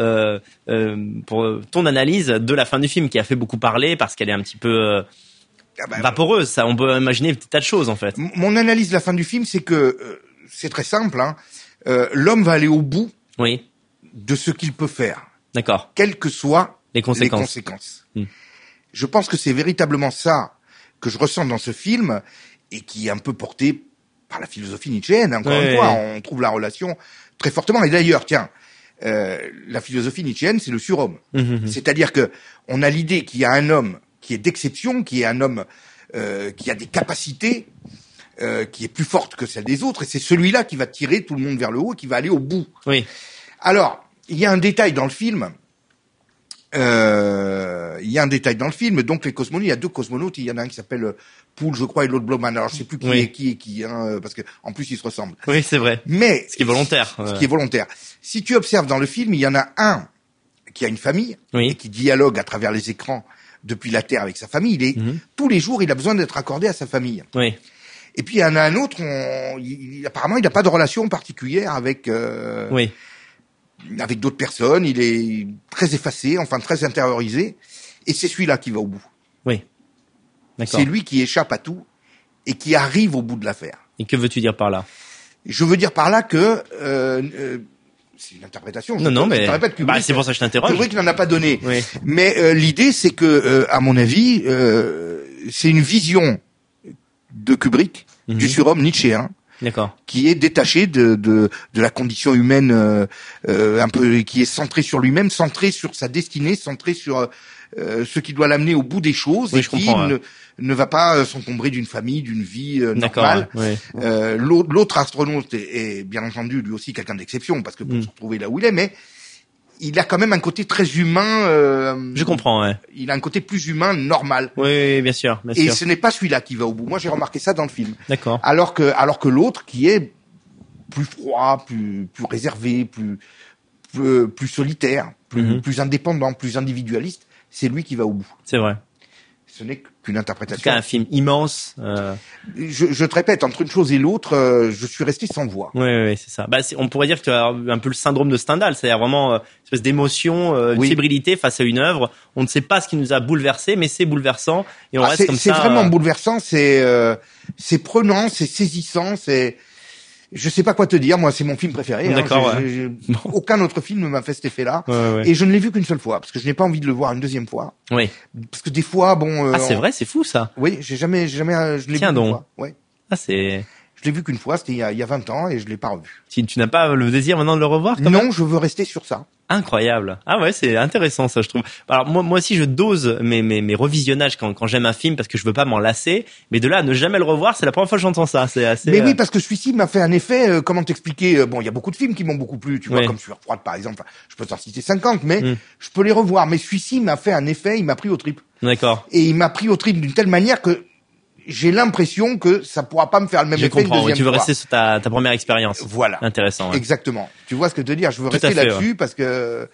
pour ton analyse de la fin du film qui a fait beaucoup parler parce qu'elle est un petit peu vaporeuse. Ça, on peut imaginer des tas de choses en fait. Mon analyse de la fin du film, c'est que c'est très simple. L'homme va aller au bout de ce qu'il peut faire. D'accord. Quelles que soient les conséquences. Je pense que c'est véritablement ça que je ressens dans ce film et qui est un peu porté par la philosophie nietzschéenne. Encore une fois, on trouve la relation très fortement. Et d'ailleurs, la philosophie nietzschéenne, c'est le surhomme. C'est-à-dire que on a l'idée qu'il y a un homme qui est d'exception, qui est un homme qui a des capacités qui est plus forte que celle des autres, et c'est celui-là qui va tirer tout le monde vers le haut et qui va aller au bout. Oui. Alors, il y a un détail dans le film. Donc les cosmonautes, il y a deux cosmonautes, il y en a un qui s'appelle Poole, je crois, et l'autre Blowman. Alors je sais plus qui est qui, parce que en plus ils se ressemblent. Oui, c'est vrai. Mais ce qui est volontaire. Si tu observes dans le film, il y en a un qui a une famille et qui dialogue à travers les écrans depuis la Terre avec sa famille. Tous les jours, il a besoin d'être accordé à sa famille. Oui. Et puis il y en a un autre, apparemment, il n'a pas de relation particulière avec. Avec d'autres personnes, il est très effacé, enfin très intériorisé, et c'est celui-là qui va au bout. Oui. D'accord. C'est lui qui échappe à tout et qui arrive au bout de l'affaire. Et que veux-tu dire par là? Je veux dire par là que c'est une interprétation. Mais c'est pour ça que je t'interroge. Kubrick n'en a pas donné. Oui. Mais l'idée, c'est que, à mon avis, c'est une vision de Kubrick du surhomme nietzschéen. D'accord. Qui est détaché de la condition humaine, un peu, qui est centré sur lui-même, centré sur sa destinée, centré sur ce qui doit l'amener au bout des choses, et qui ne va pas s'encombrer d'une famille, d'une vie normale. L'autre astronaute est bien entendu lui aussi quelqu'un d'exception, parce que pour se retrouver là où il est, mais il a quand même un côté très humain. Je comprends, Il a un côté plus humain, normal. Oui, bien sûr. Et ce n'est pas celui-là qui va au bout. Moi, j'ai remarqué ça dans le film. D'accord. Alors que l'autre, qui est plus froid, plus réservé, plus solitaire, plus indépendant, plus individualiste, c'est lui qui va au bout. C'est vrai. Ce n'est qu'une interprétation. En tout cas, un film immense. Je te répète, entre une chose et l'autre, je suis resté sans voix. Oui, c'est ça. On pourrait dire que tu as un peu le syndrome de Stendhal, c'est-à-dire vraiment une espèce d'émotion, une fébrilité face à une œuvre. On ne sait pas ce qui nous a bouleversé, mais c'est bouleversant et on reste comme ça. C'est vraiment bouleversant, c'est prenant, c'est saisissant, je sais pas quoi te dire, moi c'est mon film préféré. D'accord. Aucun autre film ne m'a fait cet effet-là, et je ne l'ai vu qu'une seule fois parce que je n'ai pas envie de le voir une deuxième fois. Oui. Parce que des fois, c'est vrai, c'est fou ça. Oui, je l'ai vu une fois. Ouais. Ah, c'est. Je l'ai vu qu'une fois, c'était il y a 20 ans, et je l'ai pas revu. Tu n'as pas le désir maintenant de le revoir quand Non, même je veux rester sur ça. Incroyable. Ah ouais, c'est intéressant ça, je trouve. Alors moi aussi je dose mes revisionnages quand j'aime un film parce que je veux pas m'en lasser, mais de là à ne jamais le revoir, c'est la première fois que j'entends ça. C'est assez. Mais oui, parce que celui-ci m'a fait un effet. Comment t'expliquer Bon, il y a beaucoup de films qui m'ont beaucoup plu, tu vois, comme Sueur froide par exemple. Enfin, je peux t'en citer 50, mais je peux les revoir. Mais celui-ci m'a fait un effet. Il m'a pris au trip. D'accord. Et il m'a pris au trip d'une telle manière que j'ai l'impression que ça pourra pas me faire le même effet une deuxième fois. Tu veux rester sur ta première expérience. Voilà. Intéressant. Ouais. Exactement. Tu vois ce que je veux dire. Je veux rester là-dessus parce que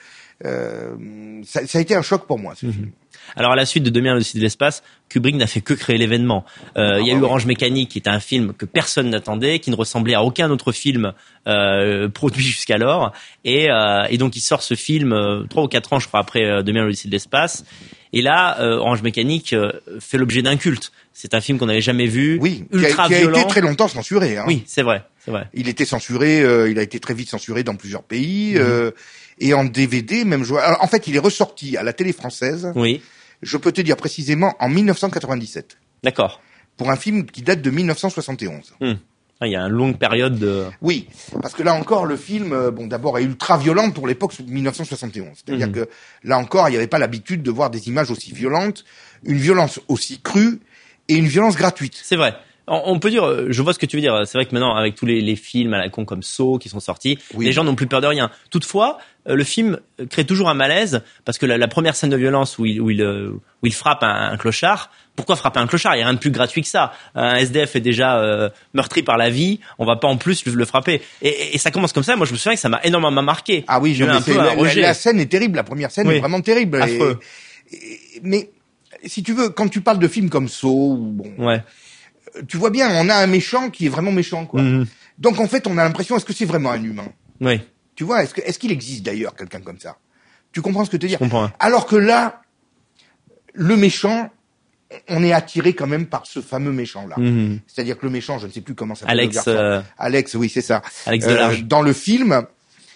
ça a été un choc pour moi, ce film. Alors à la suite de 2001 l'Odyssée de l'espace, Kubrick n'a fait que créer l'événement. Il y a eu Orange Mécanique, qui était un film que personne n'attendait, qui ne ressemblait à aucun autre film produit jusqu'alors, et donc il sort ce film 3 ou 4 ans, je crois, après 2001 l'Odyssée de l'espace. Et là, Orange Mécanique fait l'objet d'un culte. C'est un film qu'on n'avait jamais vu, ultra qui a violent. été très longtemps censuré. Hein. Oui, c'est vrai. Il était censuré, il a été très vite censuré dans plusieurs pays. Et en DVD, même joué. Alors, en fait, il est ressorti à la télé française. Oui. Je peux te dire précisément en 1997. D'accord. Pour un film qui date de 1971. Il y a une longue période de... Oui, parce que là encore, le film, d'abord est ultra violent pour l'époque 1971. C'est-à-dire que là encore, il n'y avait pas l'habitude de voir des images aussi violentes, une violence aussi crue et une violence gratuite. C'est vrai. On peut dire, je vois ce que tu veux dire. C'est vrai que maintenant, avec tous les films à la con comme Saw qui sont sortis, les gens n'ont plus peur de rien. Toutefois, le film crée toujours un malaise parce que la première scène de violence où il frappe un clochard. Pourquoi frapper un clochard? Il y a rien de plus gratuit que ça. Un SDF est déjà meurtri par la vie. On va pas en plus le frapper. Et ça commence comme ça. Moi, je me souviens que ça m'a énormément marqué. Ah oui, la scène est terrible. La première scène est vraiment terrible. Affreux. Mais si tu veux, quand tu parles de films comme Saw, tu vois bien, on a un méchant qui est vraiment méchant, quoi. Donc en fait, on a l'impression, est-ce que c'est vraiment un humain? Oui. Tu vois, est-ce qu'il existe d'ailleurs quelqu'un comme ça? Tu comprends ce que je te dis? Je comprends. Alors que là, le méchant, on est attiré quand même par ce fameux méchant-là. C'est-à-dire que le méchant, je ne sais plus comment ça s'appelle. Alex, oui, c'est ça. Alex Delarge. Dans le film,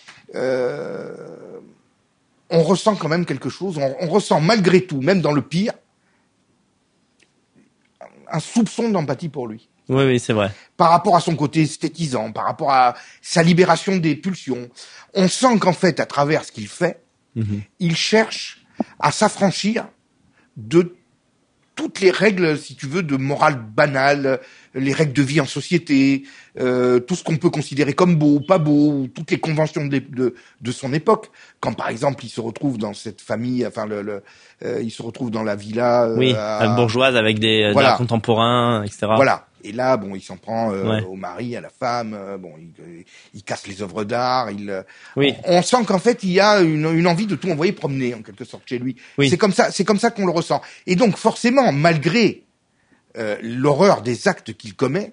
on ressent quand même quelque chose. On ressent malgré tout, même dans le pire, un soupçon d'empathie pour lui. Oui, c'est vrai. Par rapport à son côté esthétisant, par rapport à sa libération des pulsions. On sent qu'en fait, à travers ce qu'il fait, il cherche à s'affranchir de toutes les règles, si tu veux, de morale banale, les règles de vie en société, tout ce qu'on peut considérer comme beau, pas beau, toutes les conventions de son époque. Quand par exemple il se retrouve dans cette famille, enfin il se retrouve dans la villa, bourgeoise avec des arts contemporains, etc. Voilà. Et là, il s'en prend au mari, à la femme. Il casse les œuvres d'art. On sent qu'en fait, il y a une envie de tout envoyer promener en quelque sorte chez lui. Oui. C'est comme ça qu'on le ressent. Et donc, forcément, malgré l'horreur des actes qu'il commet,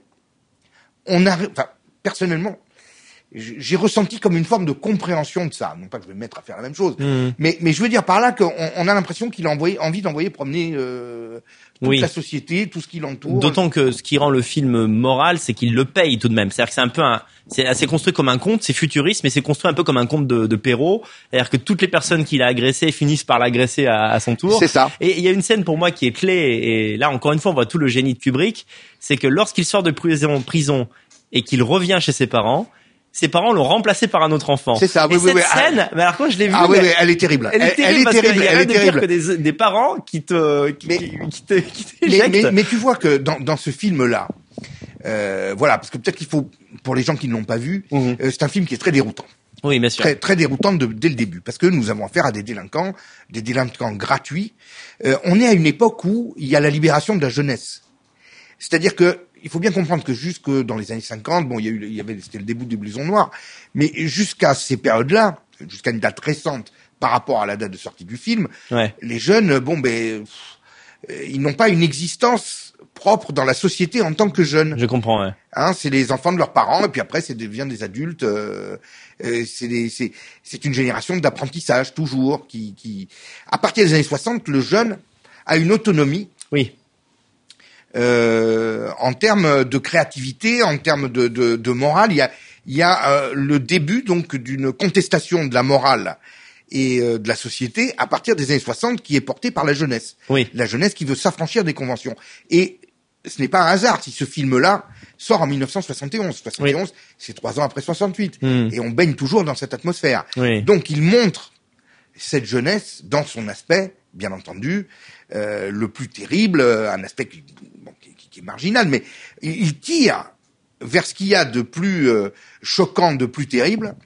personnellement, j'ai ressenti comme une forme de compréhension de ça. Non pas que je vais me mettre à faire la même chose, mais je veux dire par là qu'on a l'impression qu'il a envie d'envoyer promener toute la société, tout ce qui l'entoure. D'autant que ce qui rend le film moral, c'est qu'il le paye tout de même. C'est-à-dire que c'est un peu c'est assez construit comme un conte, c'est futuriste, mais c'est construit un peu comme un conte de Perrault. C'est-à-dire que toutes les personnes qu'il a agressées finissent par l'agresser à son tour. C'est ça. Et il y a une scène pour moi qui est clé, et là encore une fois on voit tout le génie de Kubrick, c'est que lorsqu'il sort de prison et qu'il revient chez ses parents l'ont remplacé par un autre enfant. C'est ça, oui, cette scène, mais alors quand je l'ai vue, elle est terrible. Elle est terrible parce qu'il y a rien de pire que des parents qui t'éjectent. Mais tu vois que dans ce film-là, parce que peut-être qu'il faut, pour les gens qui ne l'ont pas vu, c'est un film qui est très déroutant. Oui, bien sûr. Très, très déroutant dès le début, parce que nous avons affaire à des délinquants gratuits. On est à une époque où il y a la libération de la jeunesse. C'est-à-dire que il faut bien comprendre que jusque dans les années 50, c'était le début des blousons noirs, mais jusqu'à ces périodes-là, jusqu'à une date récente par rapport à la date de sortie du film, les jeunes, ils n'ont pas une existence propre dans la société en tant que jeunes. Je comprends, ouais. C'est les enfants de leurs parents, et puis après, ça devient des adultes. C'est une génération d'apprentissage toujours qui, à partir des années 60, le jeune a une autonomie. Oui. En termes de créativité, en termes de morale, il y a le début donc d'une contestation de la morale et de la société à partir des années 60 qui est portée par la jeunesse. Oui. La jeunesse qui veut s'affranchir des conventions. Et ce n'est pas un hasard si ce film-là sort en 1971. 71, c'est 3 ans après 68. Et on baigne toujours dans cette atmosphère. Donc, il montre cette jeunesse dans son aspect, bien entendu, le plus terrible, un aspect qui est marginal, mais il tire vers ce qu'il y a de plus choquant, de plus terrible,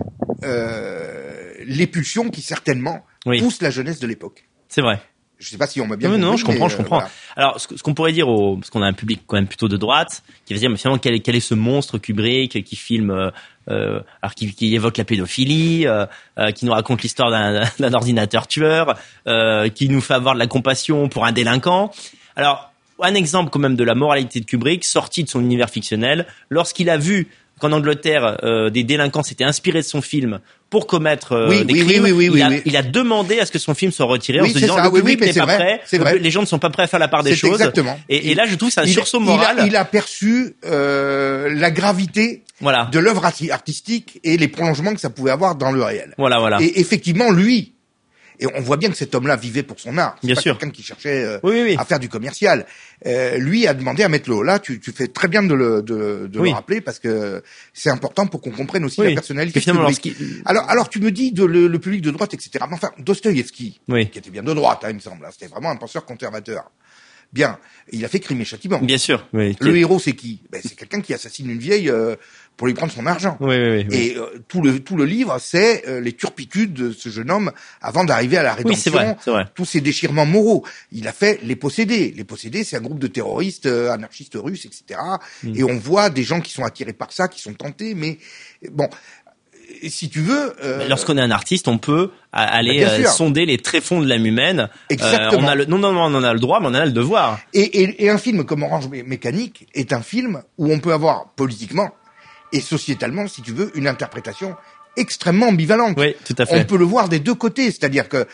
les pulsions qui certainement poussent la jeunesse de l'époque. C'est vrai. Je sais pas si on m'a bien compris. Non, je comprends. Voilà. Alors, ce qu'on pourrait dire parce qu'on a un public quand même plutôt de droite, qui va dire, mais finalement, quel est ce monstre Kubrick qui filme, alors qui évoque la pédophilie, qui nous raconte l'histoire d'un ordinateur tueur, qui nous fait avoir de la compassion pour un délinquant. Alors, un exemple quand même de la moralité de Kubrick, sorti de son univers fictionnel, lorsqu'il a vu qu'en Angleterre, des délinquants s'étaient inspirés de son film pour commettre des crimes, il a demandé à ce que son film soit retiré en se disant le public n'est pas prêt, les gens ne sont pas prêts à faire la part des choses. Exactement. Et là, je trouve que c'est un sursaut moral. Il a perçu la gravité de l'œuvre artistique et les prolongements que ça pouvait avoir dans le réel. Voilà. Et effectivement, lui, et on voit bien que cet homme-là vivait pour son art. C'est bien pas sûr. Quelqu'un qui cherchait à faire du commercial. Lui a demandé à mettre le haut. Là, tu fais très bien de le rappeler parce que c'est important pour qu'on comprenne aussi la personnalité. Alors tu me dis le public de droite, etc. Mais enfin, Dostoïevski, qui était bien de droite, il me semble. C'était vraiment un penseur conservateur. Bien, il a fait Crime et Châtiment. Bien sûr. Le héros, c'est qui? C'est quelqu'un qui assassine une vieille pour lui prendre son argent. Et tout le livre, c'est les turpitudes de ce jeune homme avant d'arriver à la rédemption. C'est vrai. Tous ces déchirements moraux. Il a fait Les Possédés. Les Possédés, c'est un groupe de terroristes, anarchistes russes, etc. Et on voit des gens qui sont attirés par ça, qui sont tentés, mais bon. Si tu veux, lorsqu'on est un artiste, on peut aller sonder les tréfonds de l'âme humaine. Exactement. On en a le droit, mais on en a le devoir. Et un film comme Orange Mécanique est un film où on peut avoir politiquement et sociétalement, si tu veux, une interprétation extrêmement ambivalente. Oui, tout à fait. On peut le voir des deux côtés, c'est-à-dire que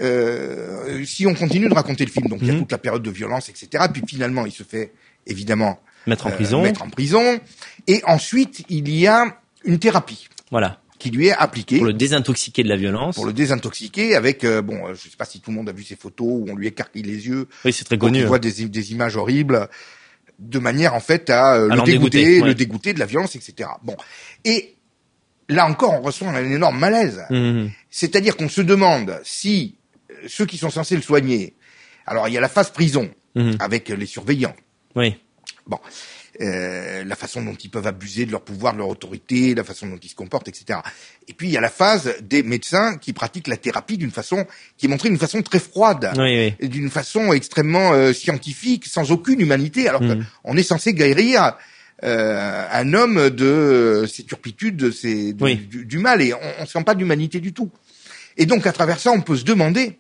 si on continue de raconter le film, donc il y a toute la période de violence, etc. Puis finalement, il se fait évidemment mettre en prison. Et ensuite, il y a une thérapie. Qui lui est appliquée. Pour le désintoxiquer de la violence. Pour le désintoxiquer avec, je sais pas si tout le monde a vu ces photos où on lui écarquille les yeux. Oui, c'est très connu. On voit des images horribles, de manière en fait à le dégoûter de la violence, etc. Bon. Et là encore, on ressent un énorme malaise. C'est-à-dire qu'on se demande si ceux qui sont censés le soigner, alors il y a la phase prison avec les surveillants. Oui. Bon. La façon dont ils peuvent abuser de leur pouvoir, de leur autorité, la façon dont ils se comportent, etc. Et puis il y a la phase des médecins qui pratiquent la thérapie qui est montrée d'une façon très froide, d'une façon extrêmement scientifique, sans aucune humanité, alors qu'on est censé guérir un homme de ses turpitudes, du mal, et on sent pas d'humanité du tout. Et donc à travers ça, on peut se demander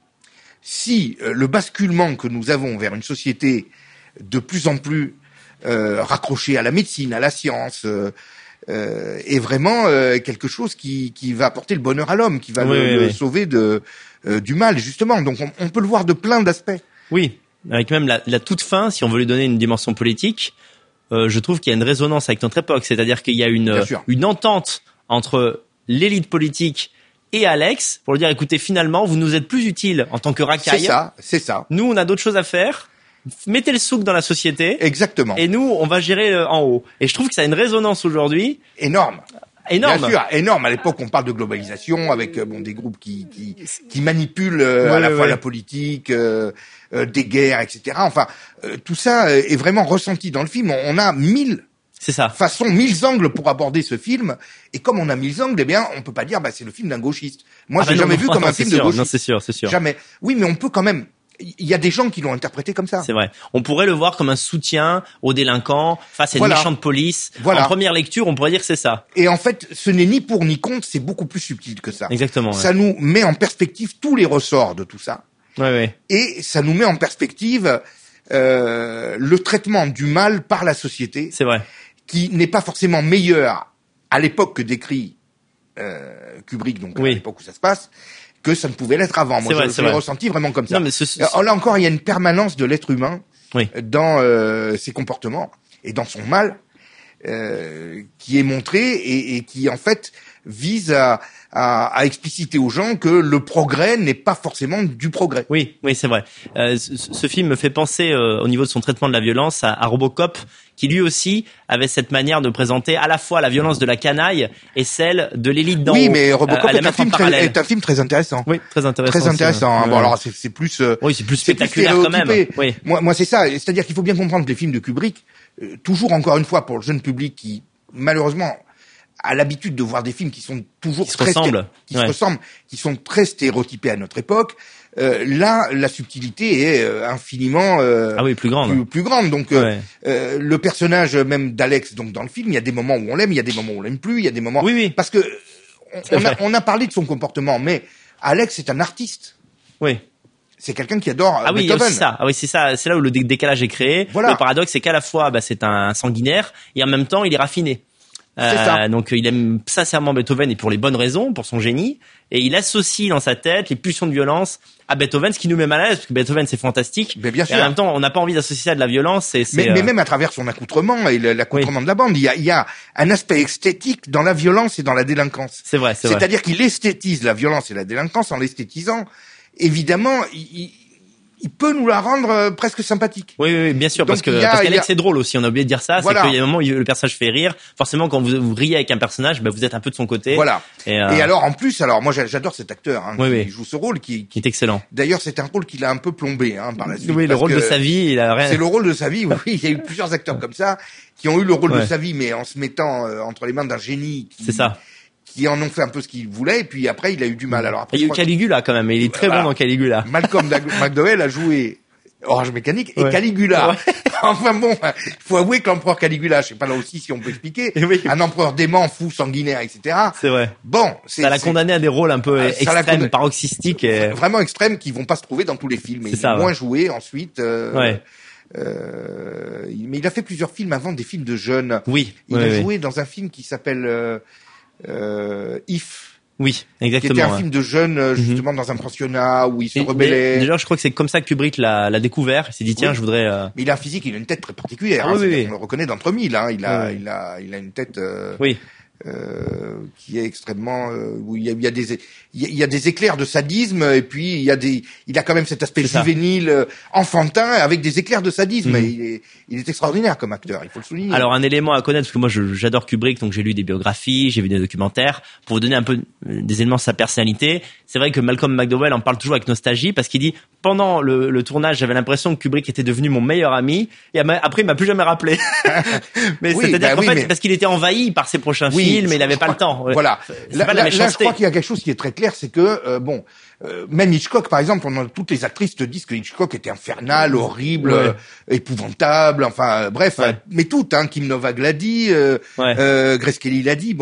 si le basculement que nous avons vers une société de plus en plus raccroché à la médecine, à la science, est vraiment quelque chose qui va apporter le bonheur à l'homme, qui va le sauver du mal, justement. Donc on peut le voir de plein d'aspects. Oui, avec même la toute fin, si on veut lui donner une dimension politique, je trouve qu'il y a une résonance avec notre époque. C'est-à-dire qu'il y a une entente entre l'élite politique et Alex pour lui dire, écoutez, finalement, vous nous êtes plus utile en tant que racaille. C'est ça. Nous, on a d'autres choses à faire. Mettez le souk dans la société. Exactement. Et nous, on va gérer en haut. Et je trouve que ça a une résonance aujourd'hui. Énorme. Bien sûr, énorme. À l'époque, on parle de globalisation avec des groupes qui manipulent à la fois la politique, des guerres, etc. Enfin, tout ça est vraiment ressenti dans le film. On a 1000 angles pour aborder ce film. Et comme on a 1000 angles, eh bien, on peut pas dire c'est le film d'un gauchiste. Moi, j'ai jamais vu comme un film de gauchiste. Non, c'est sûr. Jamais. Oui, mais on peut quand même. Il y a des gens qui l'ont interprété comme ça. C'est vrai. On pourrait le voir comme un soutien aux délinquants face à une méchante police. En première lecture, on pourrait dire que c'est ça. Et en fait, ce n'est ni pour ni contre, c'est beaucoup plus subtil que ça. Exactement. Ça nous met en perspective tous les ressorts de tout ça. Et ça nous met en perspective le traitement du mal par la société. C'est vrai. Qui n'est pas forcément meilleur à l'époque que décrit Kubrick, donc à l'époque où ça se passe, que ça ne pouvait l'être avant. Moi, je l'ai ressenti vraiment comme ça. Non, mais là encore, il y a une permanence de l'être humain dans ses comportements et dans son mal qui est montré et qui, en fait, vise à expliciter aux gens que le progrès n'est pas forcément du progrès. Oui, c'est vrai. Ce film me fait penser au niveau de son traitement de la violence à Robocop, qui lui aussi avait cette manière de présenter à la fois la violence de la canaille et celle de l'élite d'en haut. Oui, mais Robocop est un film très intéressant. Oui, très intéressant. Très intéressant. Hein. Bon, alors c'est plus. Oui, c'est plus spectaculaire quand même. Oui. Moi, c'est ça. C'est-à-dire qu'il faut bien comprendre que les films de Kubrick, toujours encore une fois pour le jeune public qui malheureusement a l'habitude de voir des films qui sont toujours se ressemblent, qui sont très stéréotypés à notre époque. Là, la subtilité est infiniment plus grande. Plus grande. Donc, le personnage même d'Alex, donc dans le film, il y a des moments où on l'aime, il y a des moments où on l'aime plus, il y a des moments. Oui. Parce que on a parlé de son comportement, mais Alex est un artiste. Oui. C'est quelqu'un qui adore Beethoven. Oui, il y a aussi ça. Ah oui, c'est ça. C'est là où le décalage est créé. Voilà. Le paradoxe, c'est qu'à la fois, c'est un sanguinaire et en même temps, il est raffiné. Donc il aime sincèrement Beethoven et pour les bonnes raisons, pour son génie, et il associe dans sa tête les pulsions de violence à Beethoven, ce qui nous met mal à l'aise parce que Beethoven c'est fantastique. Mais bien sûr. Et en même temps, on n'a pas envie d'associer ça à de la violence. Mais même à travers son accoutrement et l'accoutrement de la bande, il y a un aspect esthétique dans la violence et dans la délinquance. C'est vrai. C'est-à-dire qu'il esthétise la violence et la délinquance en l'esthétisant. Évidemment, il peut nous la rendre presque sympathique. Oui, bien sûr, parce qu'Alex c'est drôle aussi. On a oublié de dire ça. Voilà. C'est qu'il y a un moment où le personnage fait rire. Forcément, quand vous riez avec un personnage, vous êtes un peu de son côté. Voilà. Et alors, en plus, moi, j'adore cet acteur, qui joue ce rôle, qui est excellent. D'ailleurs, c'est un rôle qu'il a un peu plombé, par la suite. Oui, le rôle de sa vie, il a rien. C'est le rôle de sa vie. Oui, il y a eu plusieurs acteurs comme ça qui ont eu le rôle de sa vie, mais en se mettant entre les mains d'un génie. C'est ça. Qui en ont fait un peu ce qu'ils voulaient, et puis après, il a eu du mal. Alors après, il y a eu Caligula quand même, et il est très bon dans Caligula. Malcolm McDowell a joué Orange Mécanique et Caligula. Ouais. Enfin bon, il faut avouer que l'empereur Caligula, je sais pas là aussi si on peut expliquer, un empereur dément, fou, sanguinaire, etc. C'est vrai. Bon, ça l'a condamné à des rôles un peu extrêmes, paroxystiques. Vraiment extrêmes, qui vont pas se trouver dans tous les films. Il a moins joué ensuite. Mais il a fait plusieurs films avant, des films de jeunes. Oui. Il a joué dans un film qui s'appelle If. Oui, exactement. Qui était un film de jeunes, justement, dans un pensionnat où il se rebellait. Déjà, je crois que c'est comme ça que Kubrick l'a découvert. Il s'est dit, tiens, je voudrais... Mais il a un physique, il a une tête très particulière. On le reconnaît d'entre mille, Il a une tête, qui est extrêmement, où il y a des éclairs de sadisme, et puis il a quand même cet aspect juvénile, enfantin, avec des éclairs de sadisme. Et il est extraordinaire comme acteur, il faut le souligner. Alors, un élément à connaître, parce que moi, j'adore Kubrick, donc j'ai lu des biographies, j'ai vu des documentaires, pour vous donner un peu des éléments de sa personnalité. C'est vrai que Malcolm McDowell en parle toujours avec nostalgie, parce qu'il dit, pendant le tournage, j'avais l'impression que Kubrick était devenu mon meilleur ami, et après, il m'a plus jamais rappelé. Mais c'est-à-dire qu'en fait, parce qu'il était envahi par ses prochains films, et il avait pas le temps. Voilà. Là, je crois qu'il y a quelque chose qui est très clair, c'est que, même Hitchcock, par exemple, toutes les actrices te disent que Hitchcock était infernal, horrible, épouvantable, enfin, bref, mais toutes, Kim Novak l'a dit, Grace Kelly l'a dit,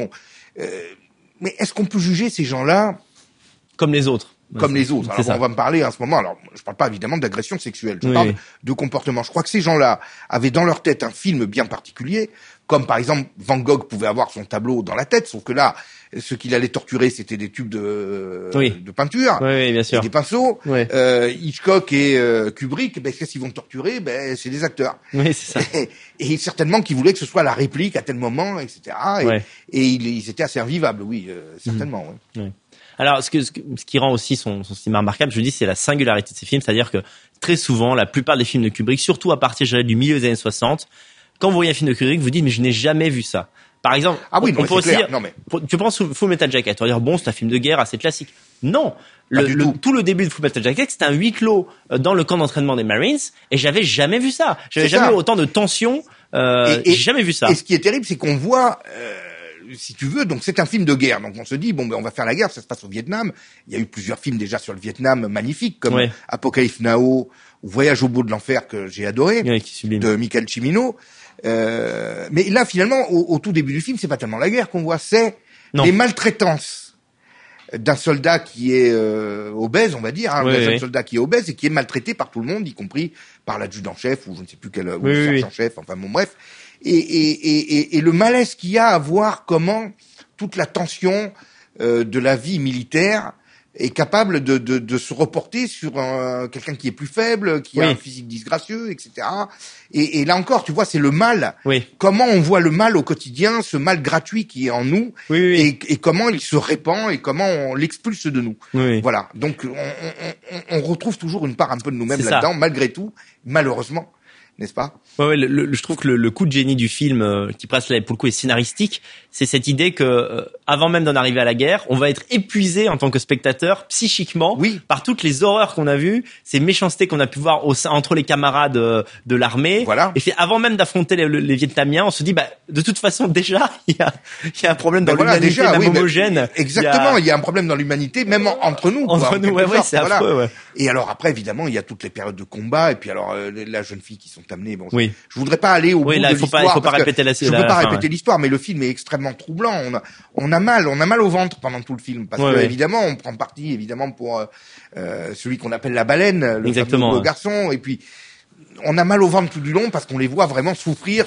mais est-ce qu'on peut juger ces gens-là comme les autres? Comme les autres. Alors, on va me parler en ce moment. Alors, je parle pas évidemment d'agression sexuelle. Je parle de comportement. Je crois que ces gens-là avaient dans leur tête un film bien particulier, comme par exemple Van Gogh pouvait avoir son tableau dans la tête, sauf que là, ce qu'il allait torturer, c'était des tubes de peinture, bien sûr. Et des pinceaux. Hitchcock et Kubrick, qu'est-ce qu'ils vont torturer? C'est des acteurs. Oui, c'est ça. Et certainement qu'ils voulaient que ce soit la réplique à tel moment, etc. Et ils étaient assez invivables, certainement. Oui. Alors, ce qui rend aussi son cinéma remarquable, je dis, c'est la singularité de ses films, c'est-à-dire que très souvent, la plupart des films de Kubrick, surtout à partir du milieu des années 60, quand vous voyez un film de Kubrick, vous dites, mais je n'ai jamais vu ça. Par exemple, on peut aussi dire, tu prends Full Metal Jacket, on va dire, bon, c'est un film de guerre assez classique. Non, tout le début de Full Metal Jacket, c'était un huis clos dans le camp d'entraînement des Marines, et j'avais jamais vu ça. J'avais jamais eu autant de tension, j'ai jamais vu ça. Et ce qui est terrible, c'est qu'on voit, si tu veux, donc c'est un film de guerre. Donc on se dit, on va faire la guerre, ça se passe au Vietnam. Il y a eu plusieurs films déjà sur le Vietnam magnifiques, comme Apocalypse Now ou Voyage au bout de l'enfer, que j'ai adoré, de Michael Cimino. Mais là, finalement, au tout début du film, c'est pas tellement la guerre qu'on voit, c'est les maltraitances d'un soldat qui est obèse, on va dire, un soldat qui est obèse et qui est maltraité par tout le monde, y compris par l'adjudant-chef ou je ne sais plus quel sergent-chef, enfin bon, bref. Et le malaise qu'il y a à voir comment toute la tension de la vie militaire est capable de se reporter sur quelqu'un qui est plus faible, qui a un physique disgracieux, etc. Et là encore, tu vois, c'est le mal. Oui. Comment on voit le mal au quotidien, ce mal gratuit qui est en nous, et comment il se répand et comment on l'expulse de nous. Voilà. Donc on retrouve toujours une part un peu de nous-mêmes là-dedans, malgré tout, malheureusement. N'est-ce pas? Je trouve que le coup de génie du film, qui presque pour le coup est scénaristique, c'est cette idée que avant même d'en arriver à la guerre, on va être épuisé en tant que spectateur psychiquement par toutes les horreurs qu'on a vues, ces méchancetés qu'on a pu voir entre les camarades de l'armée. Voilà. Et puis avant même d'affronter les Vietnamiens, on se dit de toute façon déjà il y a un problème dans l'humanité, même homogène. Exactement, il y a un problème dans l'humanité, même entre nous. Entre nous, c'est affreux. Et alors après, évidemment, il y a toutes les périodes de combat, et puis alors la jeune fille qui sont amenées. Bon, je voudrais pas aller au bout de l'histoire. Il faut pas répéter je peux pas répéter l'histoire, mais le film est extrêmement troublant. On a mal au ventre pendant tout le film, parce que évidemment, on prend parti évidemment pour celui qu'on appelle la baleine, le fameux garçon, et puis on a mal au ventre tout du long parce qu'on les voit vraiment souffrir.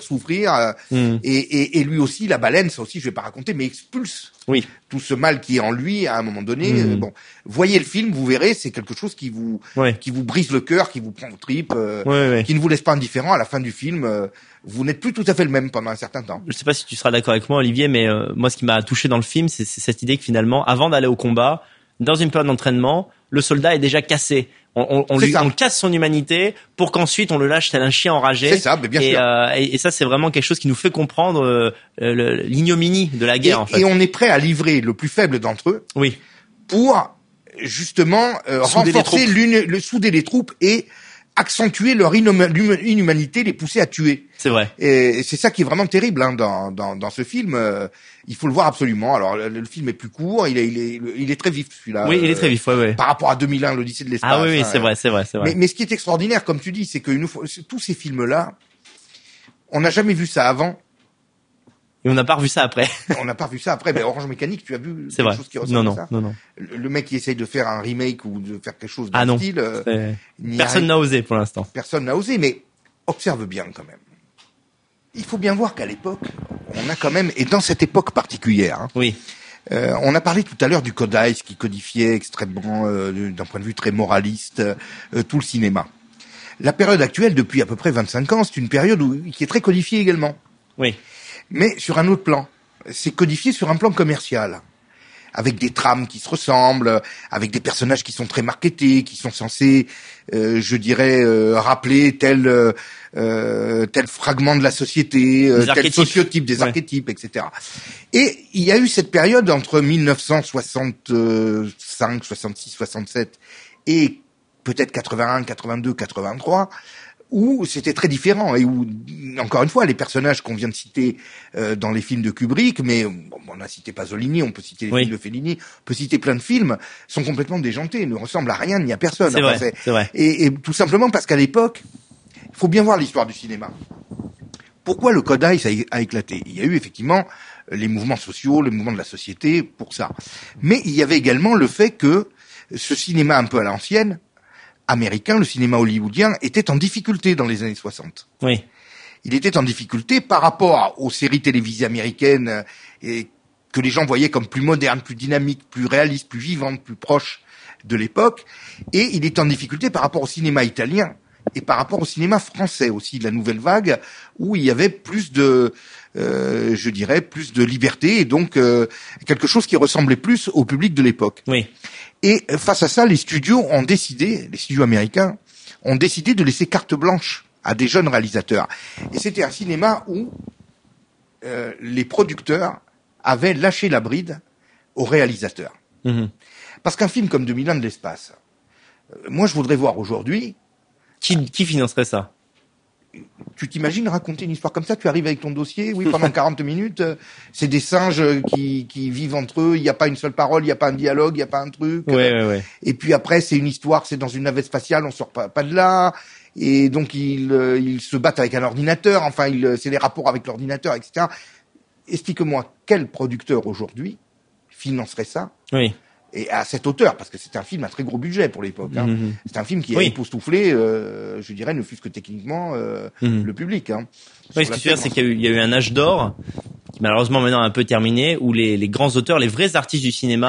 Et lui aussi, la baleine, ça aussi, je vais pas raconter, mais expulse tout ce mal qui est en lui à un moment donné. Bon, voyez le film, vous verrez, c'est quelque chose qui vous brise le cœur, qui vous prend aux tripes, qui ne vous laisse pas indifférent à la fin du film. Vous n'êtes plus tout à fait le même pendant un certain temps. Je sais pas si tu seras d'accord avec moi, Olivier, mais moi, ce qui m'a touché dans le film, c'est cette idée que finalement, avant d'aller au combat, dans une période d'entraînement, le soldat est déjà cassé. On casse son humanité pour qu'ensuite on le lâche tel un chien enragé. C'est ça, mais bien sûr. Et ça, c'est vraiment quelque chose qui nous fait comprendre l'ignominie de la guerre, en fait. Et on est prêt à livrer le plus faible d'entre eux. Pour justement renforcer souder les troupes et accentuer leur inhumanité, les pousser à tuer. C'est vrai. Et c'est ça qui est vraiment terrible dans ce film. Il faut le voir absolument. Alors le film est plus court, il est très vif celui-là. Oui, il est très vif, par rapport à 2001, l'Odyssée de l'espace. Ah oui, c'est vrai. Mais ce qui est extraordinaire, comme tu dis, c'est que tous ces films-là, on n'a jamais vu ça avant. Et on n'a pas revu ça après. Mais Orange Mécanique, tu as vu quelque chose qui ressemble à ça? Non. Le mec qui essaye de faire un remake ou de faire quelque chose de style. Personne n'a osé pour l'instant. Personne n'a osé, mais observe bien quand même. Il faut bien voir qu'à l'époque, on a quand même, et dans cette époque particulière, on a parlé tout à l'heure du Code Ice qui codifiait extrêmement, d'un point de vue très moraliste, tout le cinéma. La période actuelle, depuis à peu près 25 ans, c'est une période qui est très codifiée également. Oui. Mais sur un autre plan. C'est codifié sur un plan commercial. Avec des trames qui se ressemblent, avec des personnages qui sont très marketés, qui sont censés, je dirais, rappeler tel fragment de la société, tel sociotype, des archétypes, etc. Et il y a eu cette période entre 1965, 66, 67 et peut-être 81, 82, 83, où c'était très différent et où, encore une fois, les personnages qu'on vient de citer dans les films de Kubrick, mais on a cité Pasolini, on peut citer les films de Fellini, on peut citer plein de films, sont complètement déjantés, ne ressemblent à rien ni à personne. C'est vrai. Et tout simplement parce qu'à l'époque, il faut bien voir l'histoire du cinéma. Pourquoi le Code Ice a éclaté? Il y a eu effectivement les mouvements sociaux, les mouvements de la société pour ça. Mais il y avait également le fait que ce cinéma un peu à l'ancienne, américain, le cinéma hollywoodien, était en difficulté dans les années 60. Oui. Il était en difficulté par rapport aux séries télévisées américaines et que les gens voyaient comme plus modernes, plus dynamiques, plus réalistes, plus vivantes, plus proches de l'époque. Et il était en difficulté par rapport au cinéma italien et par rapport au cinéma français aussi, de la nouvelle vague, où il y avait plus de, je dirais, plus de liberté et donc quelque chose qui ressemblait plus au public de l'époque. Oui. Et face à ça, les studios américains ont décidé de laisser carte blanche à des jeunes réalisateurs. Et c'était un cinéma où les producteurs avaient lâché la bride aux réalisateurs. Mmh. Parce qu'un film comme 2001 de l'espace, moi je voudrais voir aujourd'hui... Qui financerait ça? Tu t'imagines raconter une histoire comme ça? Tu arrives avec ton dossier, pendant 40 minutes, c'est des singes qui vivent entre eux, il n'y a pas une seule parole, il n'y a pas un dialogue, il n'y a pas un truc. Ouais. Et puis après, c'est une histoire, c'est dans une navette spatiale, on sort pas de là. Et donc, ils se battent avec un ordinateur, c'est les rapports avec l'ordinateur, etc. Explique-moi, quel producteur aujourd'hui financerait ça? Oui. Et à cette hauteur, parce que c'est un film à très gros budget pour l'époque. C'est un film qui a époustouflé, je dirais, ne fût-ce que techniquement, le public. Oui, ce que tu veux dire, c'est qu'il y a eu un âge d'or, qui malheureusement maintenant est un peu terminé, où les grands auteurs, les vrais artistes du cinéma,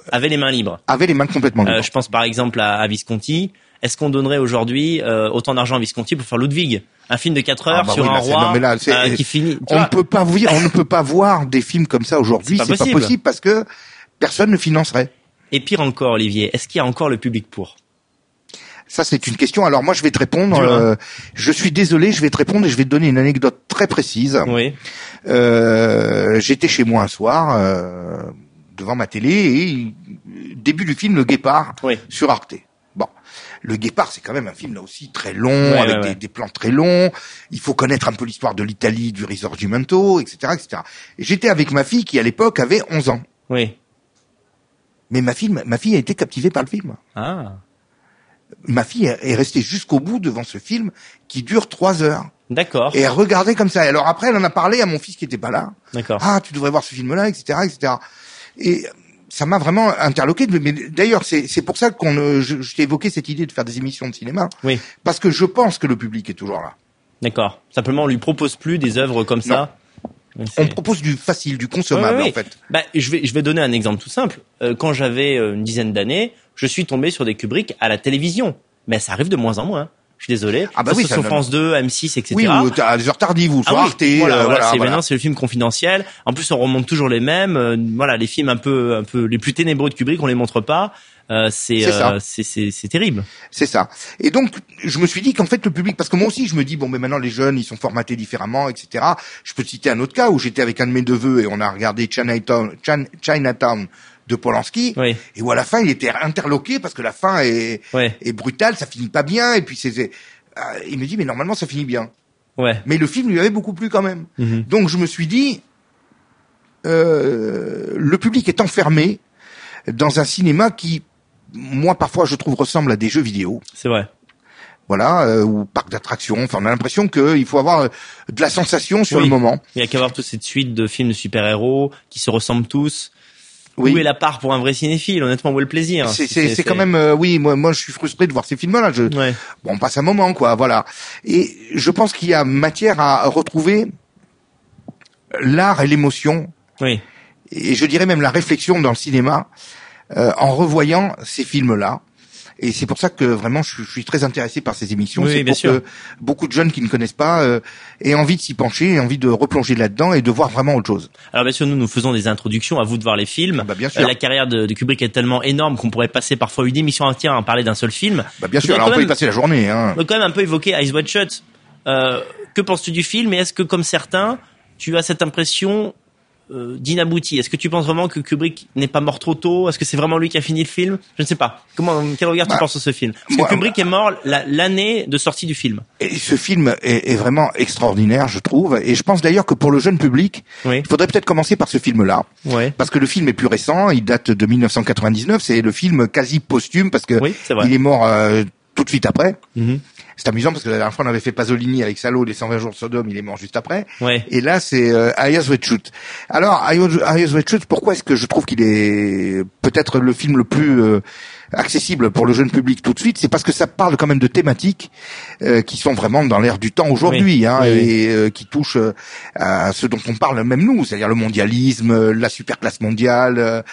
avait les mains libres. Avait les mains complètement libres. Je pense par exemple à Visconti. Est-ce qu'on donnerait aujourd'hui autant d'argent à Visconti pour faire Ludwig, un film de 4 heures sur un roi qui finit? On ne peut pas voir des films comme ça aujourd'hui. C'est pas possible parce que personne ne financerait. Et pire encore, Olivier, est-ce qu'il y a encore le public pour? Ça, c'est une question. Alors moi, je vais te répondre. Je suis désolé, je vais te répondre et je vais te donner une anecdote très précise. Oui. J'étais chez moi un soir devant ma télé et début du film Le Guépard sur Arte. Bon, Le Guépard, c'est quand même un film là aussi très long avec des plans très longs. Il faut connaître un peu l'histoire de l'Italie, du Risorgimento, etc., etc. Et j'étais avec ma fille qui à l'époque avait 11 ans. Oui. Mais ma fille a été captivée par le film. Ah. Ma fille est restée jusqu'au bout devant ce film qui dure 3 heures. D'accord. Et elle regardait comme ça. Alors après, elle en a parlé à mon fils qui était pas là. D'accord. Ah, tu devrais voir ce film-là, etc., etc. Et ça m'a vraiment interloqué. Mais d'ailleurs, c'est pour ça je t'ai évoqué cette idée de faire des émissions de cinéma. Oui. Parce que je pense que le public est toujours là. D'accord. Simplement, on lui propose plus des œuvres comme ça. On propose du facile, du consommable, en fait. Je vais donner un exemple tout simple. Quand j'avais une dizaine d'années, je suis tombé sur des Kubrick à la télévision. Mais ça arrive de moins en moins. Je suis désolé. Ah bah oui, sur France 2, M6, etc. Oui, ou à des heures tardives, ou sur Arte. Maintenant, c'est le film confidentiel. En plus, on remonte toujours les mêmes. Les films un peu les plus ténébreux de Kubrick, on les montre pas. C'est terrible. C'est ça. Et donc, je me suis dit qu'en fait, le public, parce que moi aussi, je me dis, bon, mais maintenant, les jeunes, ils sont formatés différemment, etc. Je peux te citer un autre cas où j'étais avec un de mes neveux et on a regardé Chinatown de Polanski. Oui. Et où à la fin, il était interloqué parce que la fin est brutale, ça finit pas bien. Et puis, il me dit, mais normalement, ça finit bien. Ouais. Mais le film lui avait beaucoup plu quand même. Mm-hmm. Donc, je me suis dit, le public est enfermé dans un cinéma qui, moi, parfois, je trouve, ressemble à des jeux vidéo. C'est vrai. Voilà, ou parc d'attractions. Enfin, on a l'impression qu'il faut avoir de la sensation sur le moment. Il y a qu'à voir toute cette suite de films de super-héros qui se ressemblent tous. Oui. Où est la part pour un vrai cinéphile? Honnêtement, où est le plaisir? C'est quand même, moi, je suis frustré de voir ces films-là. Bon, on passe un moment, quoi, voilà. Et je pense qu'il y a matière à retrouver l'art et l'émotion. Oui. Et je dirais même la réflexion dans le cinéma, en revoyant ces films-là. Et c'est pour ça que vraiment je suis très intéressé par ces émissions. C'est pour que beaucoup de jeunes qui ne connaissent pas aient envie de s'y pencher, aient envie de replonger là-dedans et de voir vraiment autre chose. Alors bien sûr, nous faisons des introductions, à vous de voir les films. Bien sûr. La carrière de Kubrick est tellement énorme qu'on pourrait passer parfois une émission entière à en parler d'un seul film. Bien sûr, alors on peut y passer la journée. On peut quand même un peu évoquer Eyes Wide Shut. Que penses-tu du film et est-ce que, comme certains, tu as cette impression d'inabouti? Est-ce que tu penses vraiment que Kubrick n'est pas mort trop tôt? Est-ce que c'est vraiment lui qui a fini le film? Je ne sais pas. Quel regard tu penses sur ce film? Parce que Kubrick est mort l'année de sortie du film. Et ce film est vraiment extraordinaire, je trouve. Et je pense d'ailleurs que pour le jeune public, il faudrait peut-être commencer par ce film-là. Parce que le film est plus récent, il date de 1999. C'est le film quasi posthume parce que il est mort tout de suite après. Mm-hmm. C'est amusant parce que la dernière fois on avait fait Pasolini avec Salo, les 120 jours de Sodome, il est mort juste après. Et là c'est Eyes Wide Shut. Alors Eyes Wide Shut, pourquoi est-ce que je trouve qu'il est peut-être le film le plus accessible pour le jeune public tout de suite? C'est parce que ça parle quand même de thématiques qui sont vraiment dans l'air du temps aujourd'hui, et qui touchent à ce dont on parle même nous, c'est-à-dire le mondialisme, la superclasse mondiale,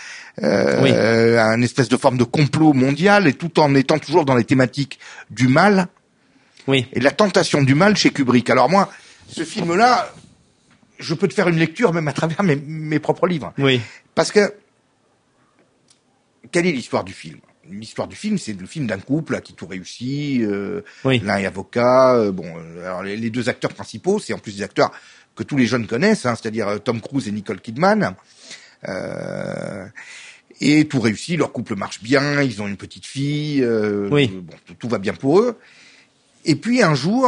un espèce de forme de complot mondial, et tout en étant toujours dans les thématiques du mal. Et la tentation du mal chez Kubrick. Alors moi, ce film-là, je peux te faire une lecture même à travers mes propres livres. Parce que, quelle est l'histoire du film? L'histoire du film, c'est le film d'un couple qui tout réussit. L'un est avocat. Alors les deux acteurs principaux, c'est en plus des acteurs que tous les jeunes connaissent, c'est-à-dire Tom Cruise et Nicole Kidman. Et tout réussit, leur couple marche bien, ils ont une petite fille. Tout va bien pour eux. Et puis un jour,